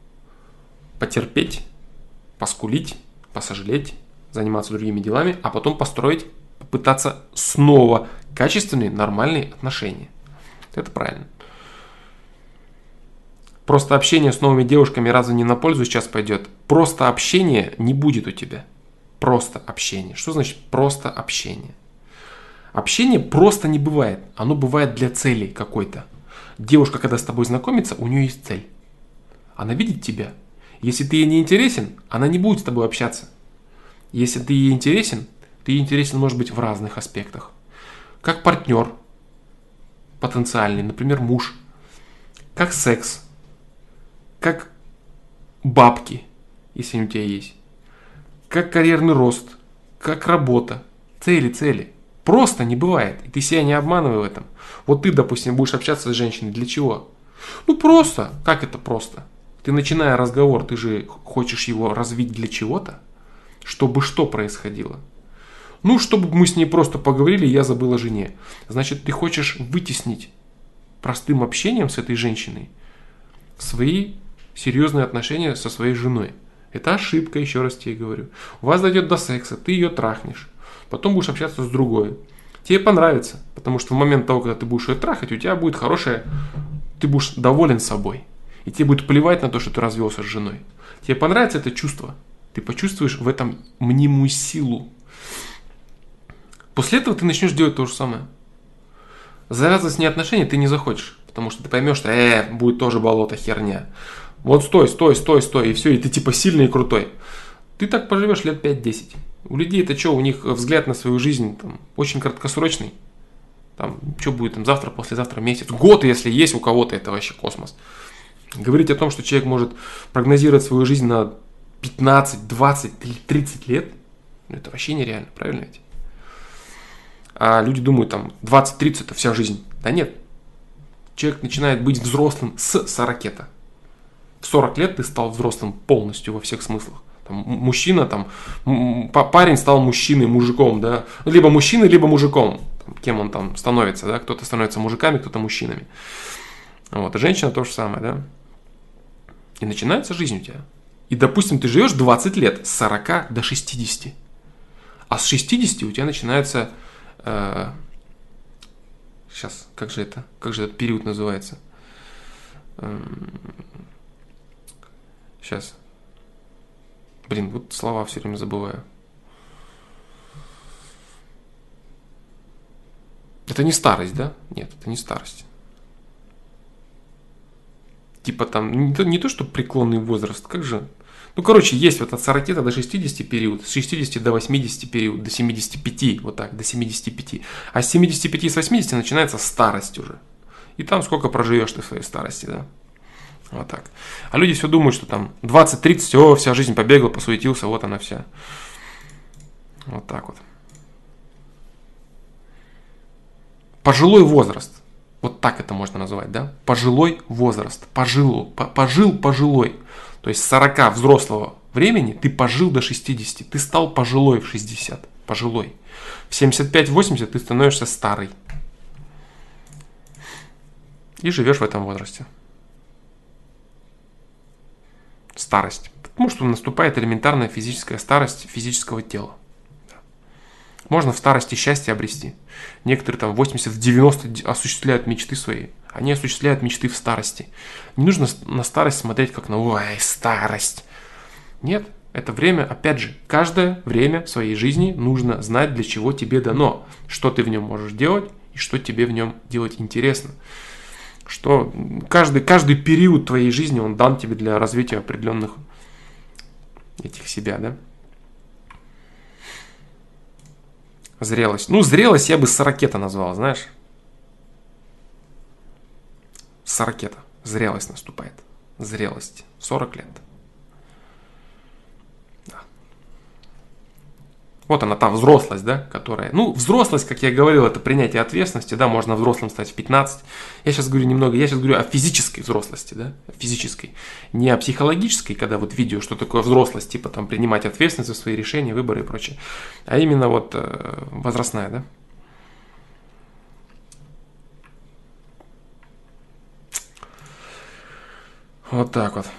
потерпеть, поскулить, посожалеть, заниматься другими делами, а потом построить, попытаться снова качественные, нормальные отношения. Это правильно. Просто общение с новыми девушками разве не на пользу сейчас пойдет? Просто общение не будет у тебя. Просто общение. Что значит просто общение? Общение просто не бывает. Оно бывает для цели какой-то. Девушка, когда с тобой знакомится, у нее есть цель. Она видит тебя. Если ты ей не интересен, она не будет с тобой общаться. Если ты ей интересен, ты ей интересен, может быть, в разных аспектах. Как партнер потенциальный, например, муж. Как секс. Как бабки, если они у тебя есть. Как карьерный рост. Как работа. Цели, цели. Просто не бывает. И ты себя не обманывай в этом. Вот ты, допустим, будешь общаться с женщиной. Для чего? Ну просто. Как это просто? Ты, начиная разговор, ты же хочешь его развить для чего-то? Чтобы что происходило? Ну, чтобы мы с ней просто поговорили, и я забыл о жене. Значит, ты хочешь вытеснить простым общением с этой женщиной свои серьезные отношения со своей женой. Это ошибка, еще раз тебе говорю. У вас дойдет до секса, ты ее трахнешь. Потом будешь общаться с другой. Тебе понравится, потому что в момент того, когда ты будешь ее трахать, у тебя будет хорошее, ты будешь доволен собой. И тебе будет плевать на то, что ты развелся с женой. Тебе понравится это чувство. Ты почувствуешь в этом мнимую силу. После этого ты начнешь делать то же самое. Завязывать с ней отношения ты не захочешь, потому что ты поймешь, что э, будет тоже болото, херня. Вот стой, стой, стой, стой, и все, и ты типа сильный и крутой. Ты так поживешь лет пять-десять. У людей это что, у них взгляд на свою жизнь там, очень краткосрочный. Там, что будет там завтра, послезавтра, месяц, год, если есть у кого-то, это вообще космос. Говорить о том, что человек может прогнозировать свою жизнь на пятнадцать, двадцать или тридцать лет, ну, это вообще нереально, правильно ведь? А люди думают, там, двадцать-тридцать это вся жизнь. Да нет. Человек начинает быть взрослым с сорок-лета. В сорок лет ты стал взрослым полностью во всех смыслах. Там, мужчина, там, парень стал мужчиной, мужиком, да. Либо мужчиной, либо мужиком. Там, кем он там становится, да. Кто-то становится мужиками, кто-то мужчинами. Вот. И женщина то же самое, да. И начинается жизнь у тебя. И, допустим, ты живешь двадцать лет, с сорока до шестидесяти. А с шестидесяти у тебя начинается... Э, сейчас, как же это? Как же этот период называется? Э, сейчас. Блин, вот слова все время забываю. Это не старость, да? Нет, это не старость. Типа там, не то, не то, что преклонный возраст, как же... Ну, короче, есть вот от сорока до шестидесяти период, с шестидесяти до восьмидесяти период, до семидесяти пяти, вот так, до семидесяти пяти. А с семидесяти пяти, с восьмидесяти начинается старость уже. И там сколько проживешь ты в своей старости, да? Вот так. А люди все думают, что там двадцать-тридцать, о, вся жизнь побегла, посуетился, вот она вся. Вот так вот. Пожилой возраст. Вот так это можно назвать, да? Пожилой возраст. Пожил, пожил пожилой. То есть с сорока взрослого времени ты пожил до шестидесяти. Ты стал пожилой в шестьдесят. Пожилой. В семьдесят пять-восемьдесят ты становишься старый. И живешь в этом возрасте. Старость. Потому что наступает элементарная физическая старость физического тела. Можно в старости счастье обрести. Некоторые там в восемьдесят, в девяносто осуществляют мечты свои. Они осуществляют мечты в старости. Не нужно на старость смотреть как на «Ой, старость». Нет, это время, опять же, каждое время в своей жизни нужно знать, для чего тебе дано. Что ты в нем можешь делать и что тебе в нем делать интересно. Что каждый, каждый период твоей жизни, он дан тебе для развития определенных этих себя, да? Зрелость. Ну, зрелость я бы с сорокета назвал, знаешь. С сорокета. Зрелость наступает. Зрелость. сорок лет. Да. Вот она, та взрослость, да, которая... Ну, взрослость, как я говорил, это принятие ответственности, да, можно взрослым стать в пятнадцать. Я сейчас говорю немного, я сейчас говорю о физической взрослости, да, физической. Не о психологической, когда вот видео, что такое взрослость, типа там принимать ответственность за свои решения, выборы и прочее. А именно вот э, возрастная, да. Вот так вот.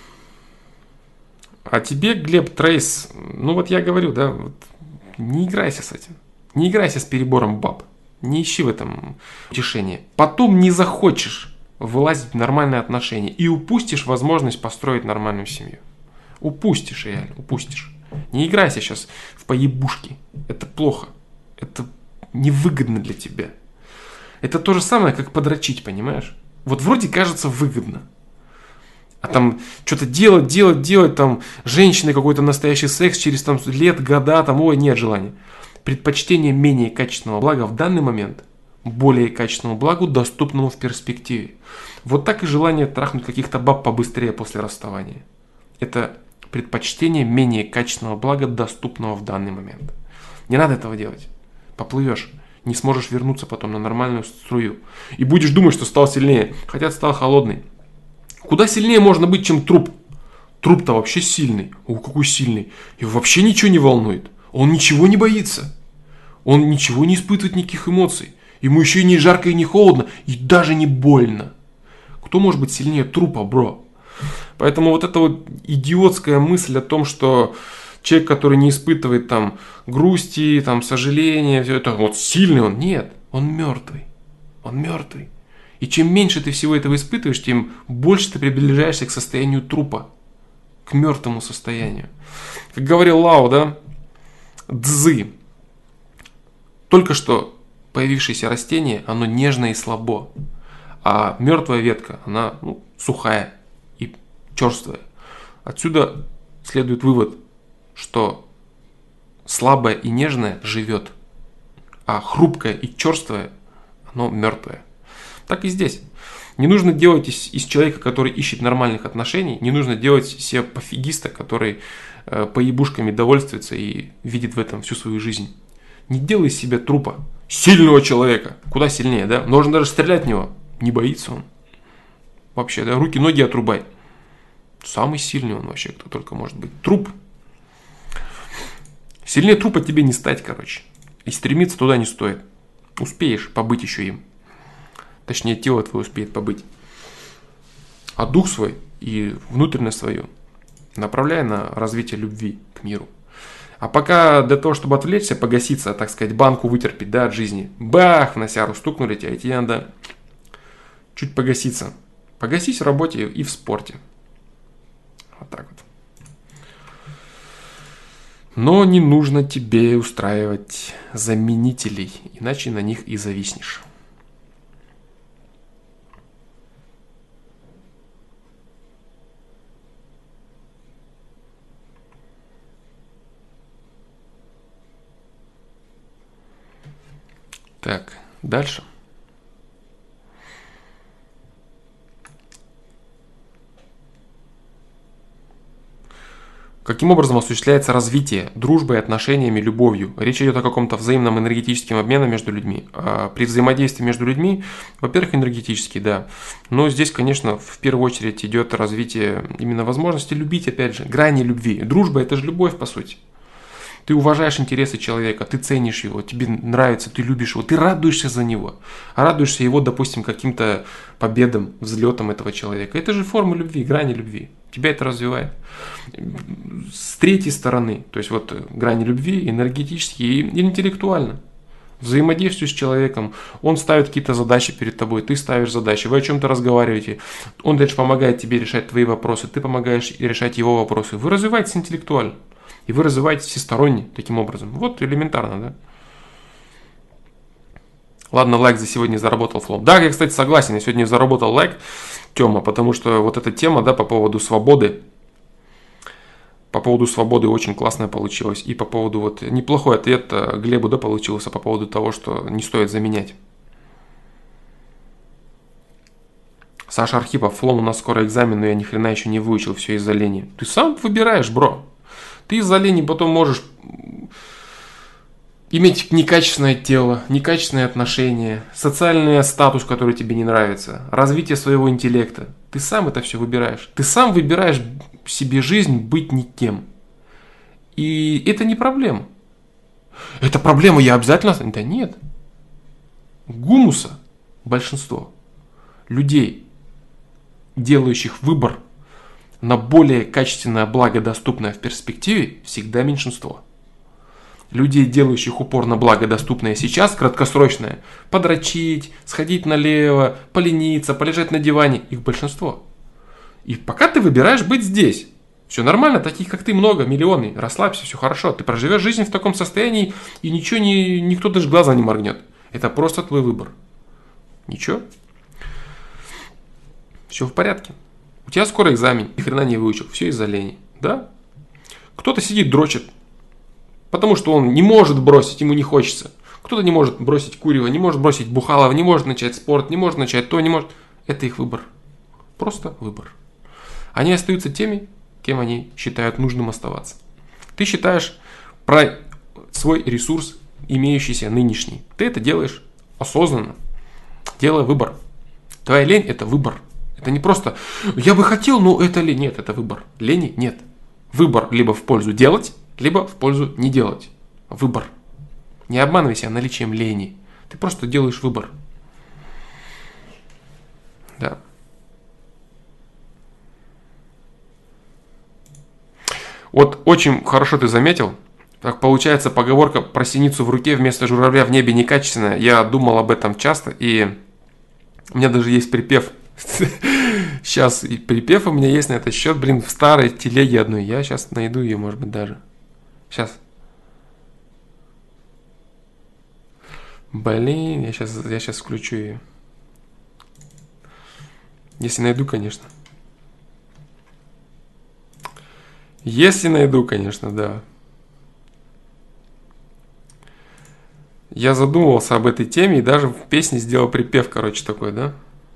А тебе, Глеб Трейс, ну вот я говорю, да, вот, не играйся с этим. Не играйся с перебором баб. Не ищи в этом утешения. Потом не захочешь вылазить в нормальные отношения и упустишь возможность построить нормальную семью. Упустишь, реально, упустишь. Не играйся сейчас в поебушки. Это плохо. Это невыгодно для тебя. Это то же самое, как подрочить, понимаешь? Вот вроде кажется выгодно. А там что-то делать, делать, делать, там, женщины какой-то настоящий секс через там лет, года, там, ой, нет желания. Предпочтение менее качественного блага в данный момент более качественному благу, доступному в перспективе. Вот так и желание трахнуть каких-то баб побыстрее после расставания. Это предпочтение менее качественного блага, доступного в данный момент. Не надо этого делать. Поплывешь. Не сможешь вернуться потом на нормальную струю. И будешь думать, что стал сильнее, хотя стал холодный. Куда сильнее можно быть, чем труп? Труп-то вообще сильный. О, какой сильный. Его вообще ничего не волнует. Он ничего не боится. Он ничего не испытывает, никаких эмоций. Ему еще и не жарко, и не холодно, и даже не больно. Кто может быть сильнее трупа, бро? Поэтому вот эта вот идиотская мысль о том, что человек, который не испытывает там грусти, там сожаления, все это, вот сильный он. Нет, он мертвый. Он мертвый. И чем меньше ты всего этого испытываешь, тем больше ты приближаешься к состоянию трупа, к мертвому состоянию. Как говорил Лао, да, Цзы, только что появившееся растение, оно нежное и слабо. А мертвая ветка, она ну, сухая и черствая. Отсюда следует вывод, что слабое и нежное живет, а хрупкое и черствое, оно мертвое. Так и здесь. Не нужно делать из, из человека, который ищет нормальных отношений, не нужно делать из себя пофигиста, который э, поебушками довольствуется и видит в этом всю свою жизнь. Не делай из себя трупа, сильного человека. Куда сильнее, да? Нужно даже стрелять в него. Не боится он. Вообще, да, руки, ноги отрубай. Самый сильный он вообще, кто только может быть. Труп. Сильнее трупа тебе не стать, короче. И стремиться туда не стоит. Успеешь побыть еще им. Точнее, тело твое успеет побыть. А дух свой и внутренность свою направляй на развитие любви к миру. А пока для того, чтобы отвлечься, погаситься, так сказать, банку вытерпеть, да, от жизни. Бах, на сяру стукнули тебя, и тебе надо чуть погаситься. Погасись в работе и в спорте. Вот так вот. Но не нужно тебе устраивать заменителей, иначе на них и зависнешь. Так, дальше. Каким образом осуществляется развитие дружбой, отношениями, любовью? Речь идет о каком-то взаимном энергетическом обмене между людьми. А при взаимодействии между людьми, во-первых, энергетический, да. Но здесь, конечно, в первую очередь идет развитие именно возможности любить, опять же, грани любви. Дружба – это же любовь, по сути. Ты уважаешь интересы человека, ты ценишь его, тебе нравится, ты любишь его, ты радуешься за него. А радуешься его, допустим, каким-то победам, взлетам этого человека. Это же форма любви, грани любви. Тебя это развивает. С третьей стороны, то есть вот грани любви энергетически и интеллектуально. Взаимодействуешь с человеком, он ставит какие-то задачи перед тобой, ты ставишь задачи, вы о чем-то разговариваете, он дальше помогает тебе решать твои вопросы, ты помогаешь решать его вопросы. Вы развиваетесь интеллектуально. И вы развиваетесь всесторонне таким образом. Вот элементарно, да? Ладно, лайк за сегодня заработал флом. Да, я, кстати, согласен, я сегодня заработал лайк, Тёма, потому что вот эта тема, да, по поводу свободы, по поводу свободы очень классная получилась. И по поводу, вот, неплохой ответ Глебу, да, получился по поводу того, что не стоит заменять. Саша Архипов, флом, у нас скоро экзамен, но я ни хрена еще не выучил, все из-за лени. Ты сам выбираешь, бро. Ты из-за лени потом можешь иметь некачественное тело, некачественные отношения, социальный статус, который тебе не нравится, развитие своего интеллекта. Ты сам это все выбираешь. Ты сам выбираешь себе жизнь быть никем. И это не проблема. Это проблема, я обязательно... Да нет. Гумуса большинство людей, делающих выбор на более качественное благо, доступное в перспективе, всегда меньшинство. Людей, делающих упор на благо, доступное сейчас, краткосрочное, подрочить, сходить налево, полениться, полежать на диване, их большинство. И пока ты выбираешь быть здесь, все нормально, таких как ты много, миллионы, расслабься, все хорошо. Ты проживешь жизнь в таком состоянии, и ничего не, никто даже глаза не моргнет. Это просто твой выбор. Ничего. Все в порядке. У тебя скоро экзамен, ни хрена не выучил, все из-за лени, да? Кто-то сидит, дрочит, потому что он не может бросить, ему не хочется. Кто-то не может бросить курево, не может бросить бухалово, не может начать спорт, не может начать то, не может. Это их выбор. Просто выбор. Они остаются теми, кем они считают нужным оставаться. Ты считаешь про свой ресурс, имеющийся нынешний. Ты это делаешь осознанно, делая выбор. Твоя лень – это выбор. Это не просто «я бы хотел, но это лень». Нет, это выбор. Лени нет. Выбор либо в пользу делать, либо в пользу не делать. Выбор. Не обманывай себя наличием лени. Ты просто делаешь выбор. Да. Вот очень хорошо ты заметил. Так получается, поговорка про синицу в руке вместо журавля в небе некачественная. Я думал об этом часто, и у меня даже есть припев. Сейчас и припев у меня есть на этот счет, блин, в старой телеге одной. Я сейчас найду ее, может быть, даже. Сейчас. Блин, я сейчас, я сейчас включу ее. Если найду, конечно. Если найду, конечно, да. Я задумывался об этой теме и даже в песне сделал припев, короче, такой, да?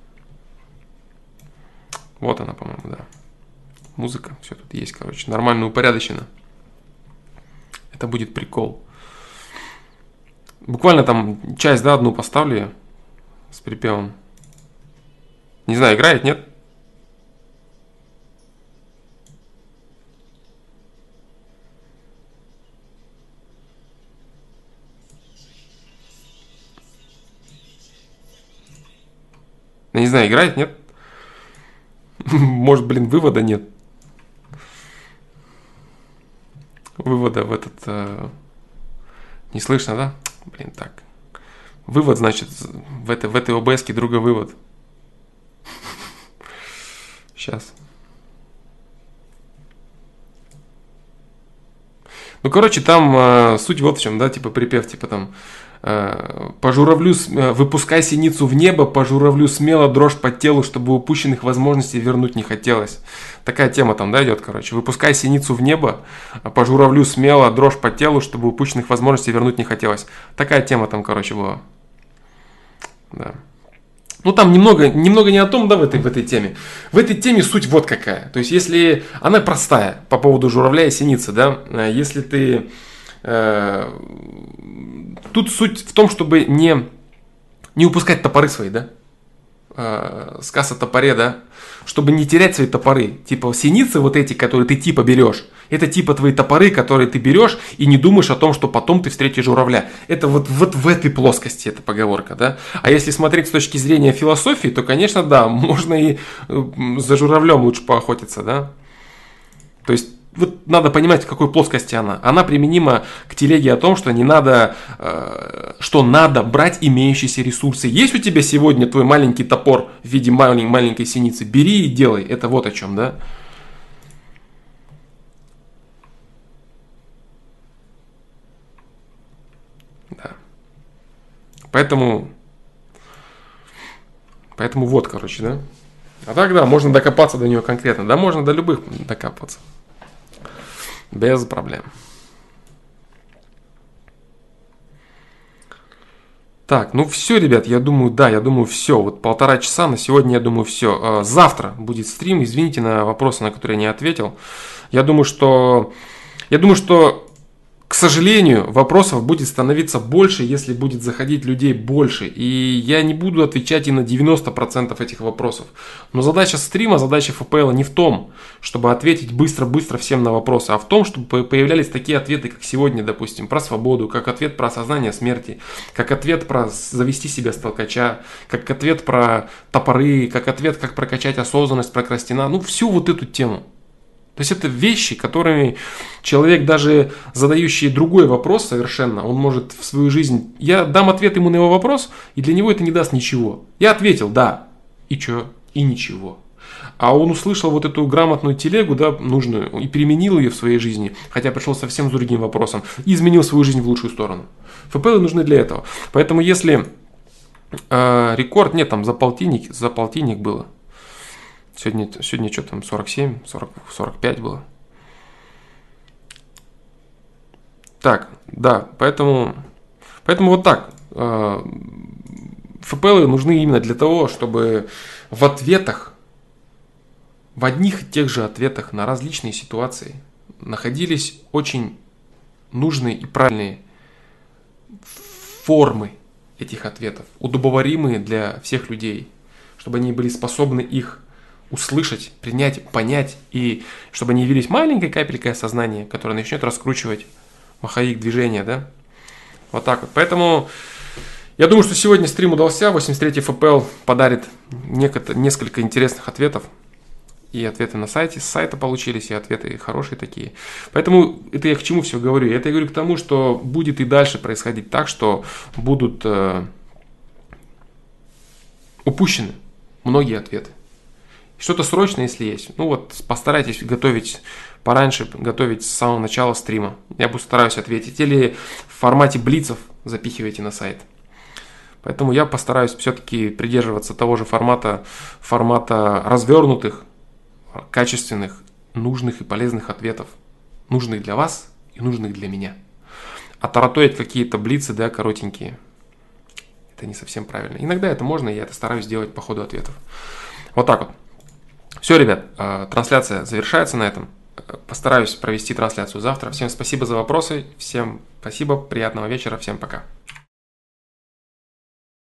Вот она, по-моему, да. Музыка, все тут есть, короче. Нормально упорядочено. Это будет прикол. Буквально там часть, да, одну поставлю я с припевом. Не знаю, играет, нет? Я не знаю, играет, нет? Может, блин, вывода нет. Вывода в этот... Э, не слышно, да? Блин, так. Вывод, значит, в этой, в этой о бэ эс-ке другой вывод. Сейчас. Ну, короче, там э, суть вот в чем, да, типа припев, типа там э, по журавлю, э, выпускай синицу в небо, по журавлю смело дрожь по телу, чтобы упущенных возможностей вернуть не хотелось. Такая тема там, да, идет, короче. Выпускай синицу в небо, по журавлю смело дрожь по телу, чтобы упущенных возможностей вернуть не хотелось. Такая тема там, короче, была. Да. Ну, там немного, немного не о том, да, в этой, в этой теме. В этой теме суть вот какая. То есть, если... Она простая по поводу журавля и синицы, да. Если ты... Э, тут суть в том, чтобы не, не упускать топоры свои, да. Э, сказ о топоре, да. Чтобы не терять свои топоры. Типа синицы вот эти, которые ты типа берешь. Это типа твои топоры, которые ты берешь и не думаешь о том, что потом ты встретишь журавля. Это вот, вот в этой плоскости эта поговорка, да. А если смотреть с точки зрения философии, то, конечно, да, можно и за журавлем лучше поохотиться, да. То есть вот надо понимать, в какой плоскости она. Она применима к телеге о том, что не надо, э, что надо брать имеющиеся ресурсы. Есть у тебя сегодня твой маленький топор в виде маленькой, маленькой синицы, бери и делай. Это вот о чем, да. Да. Поэтому, поэтому вот, короче, да. А так, да, можно докопаться до нее конкретно. Да, можно до любых докапываться. Без проблем. Так, ну все, ребят, я думаю, да, я думаю, все. Вот полтора часа на сегодня, я думаю, все. Завтра будет стрим, извините на вопросы, на которые я не ответил. Я думаю, что... Я думаю, что... К сожалению, вопросов будет становиться больше, если будет заходить людей больше. И я не буду отвечать и на девяносто процентов этих вопросов. Но задача стрима, задача эф пэ эл не в том, чтобы ответить быстро-быстро всем на вопросы, а в том, чтобы появлялись такие ответы, как сегодня, допустим, про свободу, как ответ про осознание смерти, как ответ про завести себя с толкача, как ответ про топоры, как ответ, как прокачать осознанность, прокрастина. Ну, всю вот эту тему. То есть это вещи, которыми человек, даже задающий другой вопрос совершенно, он может в свою жизнь... Я дам ответ ему на его вопрос, и для него это не даст ничего. Я ответил, да, и чё, и ничего. А он услышал вот эту грамотную телегу, да, нужную, и применил ее в своей жизни, хотя пришел совсем с другим вопросом, и изменил свою жизнь в лучшую сторону. эф пэ элы нужны для этого. Поэтому если э, рекорд, нет, там за полтинник, за полтинник было. Сегодня, сегодня что там, сорок семь, сорок, сорок пять было. Так, да, поэтому, поэтому вот так. эф пэ элы нужны именно для того, чтобы в ответах, в одних и тех же ответах на различные ситуации находились очень нужные и правильные формы этих ответов, удобоваримые для всех людей, чтобы они были способны их услышать, принять, понять, и чтобы они явились маленькой капелькой сознания, которая начнет раскручивать маховик движения, да? Вот так вот. Поэтому я думаю, что сегодня стрим удался. восемьдесят третий эф пэ эл подарит несколько интересных ответов. И ответы на сайте, с сайта получились, и ответы хорошие такие. Поэтому это я к чему все говорю? Это я говорю к тому, что будет и дальше происходить так, что будут э, упущены многие ответы. Что-то срочное, если есть. Ну вот, постарайтесь готовить пораньше, готовить с самого начала стрима. Я постараюсь ответить. Или в формате блицев запихивайте на сайт. Поэтому я постараюсь все-таки придерживаться того же формата, формата развернутых, качественных, нужных и полезных ответов. Нужных для вас и нужных для меня. А тараторить какие-то блицы, да, коротенькие, это не совсем правильно. Иногда это можно, и я это стараюсь делать по ходу ответов. Вот так вот. Все, ребят, трансляция завершается на этом. Постараюсь провести трансляцию завтра. Всем спасибо за вопросы, всем спасибо, приятного вечера, всем пока.